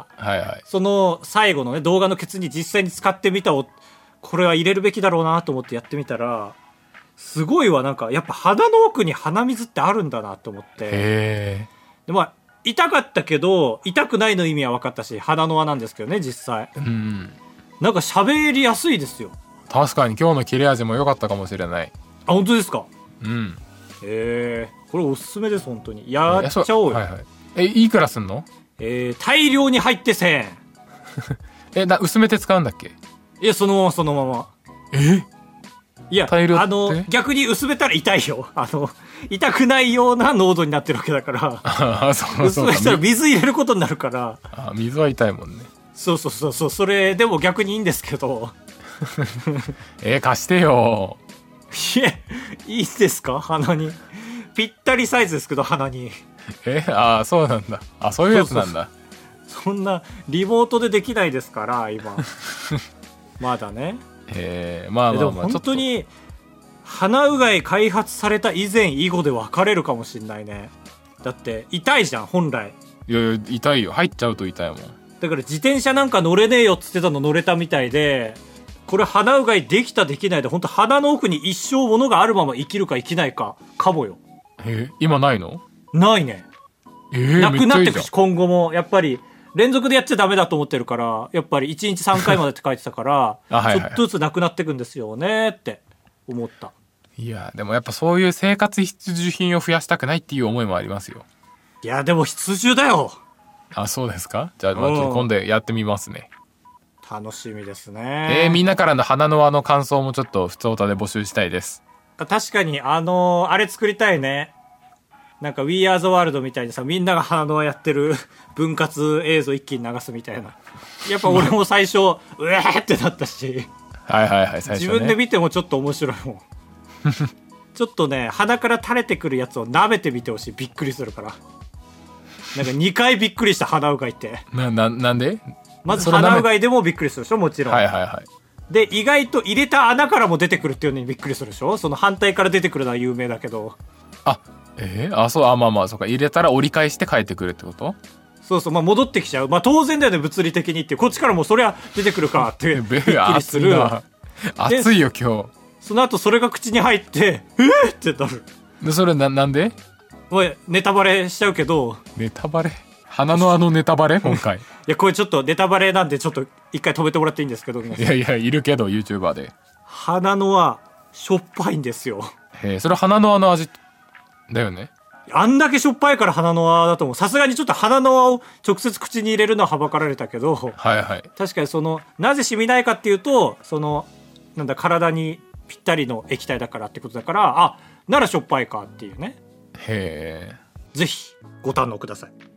Speaker 2: はいはい、
Speaker 1: その最後のね動画のケツに実際に使ってみたを、これは入れるべきだろうなと思ってやってみたら、すごいわ。なんかやっぱ鼻の奥に鼻水ってあるんだなと思って。
Speaker 2: へー。
Speaker 1: でまあ痛かったけど痛くないの意味は分かったし、鼻の輪なんですけどね実際。
Speaker 2: うん。
Speaker 1: なんか喋りやすいですよ。
Speaker 2: 確かに今日の切れ味も良かったかもしれない。
Speaker 1: あ、本当ですか？
Speaker 2: うん。
Speaker 1: へえ、これおすすめです本当に。やっちゃおうよ。
Speaker 2: はいはい。え、いくらすんの？
Speaker 1: えー、大量に入ってせん
Speaker 2: え、な薄めて使うんだっけ？
Speaker 1: いや、そのままそのまま。
Speaker 2: え？
Speaker 1: いや、
Speaker 2: 大量って
Speaker 1: あの逆に薄めたら痛いよ。あの痛くないような濃度になってるわけだから
Speaker 2: あ、そうそう、
Speaker 1: 薄めたら水入れることになるから。
Speaker 2: あ、水は痛いもんね。
Speaker 1: そうそうそうそう、それでも逆にいいんですけど
Speaker 2: えー、貸してよ。
Speaker 1: いえ、いいですか？鼻にぴったりサイズですけど、鼻に。
Speaker 2: え、あ、そうなんだ。あ、そういうやつなんだ。
Speaker 1: そうそうそう、そんなリモートでできないですから今まだね。
Speaker 2: えー、まあまあまあ、
Speaker 1: でも本当に鼻うがい開発された以前以後で分かれるかもしんないね。だって痛いじゃん本来。
Speaker 2: いやいや痛いよ、入っちゃうと痛いもん。
Speaker 1: だから自転車なんか乗れねえよっつってたの乗れたみたいで、これ鼻うがいできたできないで本当鼻の奥に一生物があるまま生きるか生きないかかもよ。
Speaker 2: え今ないの？
Speaker 1: ないね。
Speaker 2: えー、
Speaker 1: なくなってくし、今後もやっぱり連続でやっちゃダメだと思ってるから、やっぱりいちにちさんかいまでって書いてたから
Speaker 2: はいはい、はい、
Speaker 1: ちょっとずつなくなってくんですよねって思った。
Speaker 2: いやでもやっぱそういう生活必需品を増やしたくないっていう思いもありますよ。
Speaker 1: いやでも必需だよ。
Speaker 2: あ、そうですか。じゃあ、まあ、今度やってみますね。
Speaker 1: 楽しみですね。
Speaker 2: えー、みんなからの鼻の輪の感想もちょっと普通歌で募集したいです。
Speaker 1: 確かにあのー、あれ作りたいね。なんか We Are the World みたいにさ、みんなが鼻の輪やってる分割映像一気に流すみたいな。やっぱ俺も最初うえーってなったし
Speaker 2: はいはいはい、最初ね、
Speaker 1: 自分で見てもちょっと面白いもんちょっとね、鼻から垂れてくるやつを舐めてみてほしい。びっくりするから。なんかにかいびっくりした、鼻うがいって
Speaker 2: な、な、なんで
Speaker 1: まず鼻うがいでもびっくりするでしょ、もちろん。
Speaker 2: はいはいはい。
Speaker 1: で意外と入れた穴からも出てくるっていうのにびっくりするでしょ。その反対から出てくるのは有名だけど。
Speaker 2: あ、えー、あ、そう、あ、まあまあ、そうか、入れたら折り返して帰ってくるってこと？
Speaker 1: そうそう、まあ戻ってきちゃう。まあ当然だよね、物理的にって。こっちからもそりゃ出てくるかってびっくりする。
Speaker 2: 熱いよ今日。
Speaker 1: その後それが口に入ってえーってなる。
Speaker 2: でそれな、なんで？
Speaker 1: おい、ネタバレしちゃうけど。
Speaker 2: ネタバレ？鼻のあのネタバレ今回。い
Speaker 1: や、これちょっとネタバレなんでちょっと一回止めてもらっていいんですけど。
Speaker 2: いやいや、いるけど YouTuber で。
Speaker 1: 鼻のはしょっぱいんですよ。
Speaker 2: へえ、それ鼻のあの味だよね。
Speaker 1: あんだけしょっぱいから鼻の輪だと思う。さすがにちょっと鼻の輪を直接口に入れるのははばかられたけど、
Speaker 2: はいはい。
Speaker 1: 確かにそのなぜ染みないかっていうと、そのなんだ、体にぴったりの液体だからってことだから、あ、ならしょっぱいかっていうね。
Speaker 2: へえ。
Speaker 1: ぜひご堪能ください。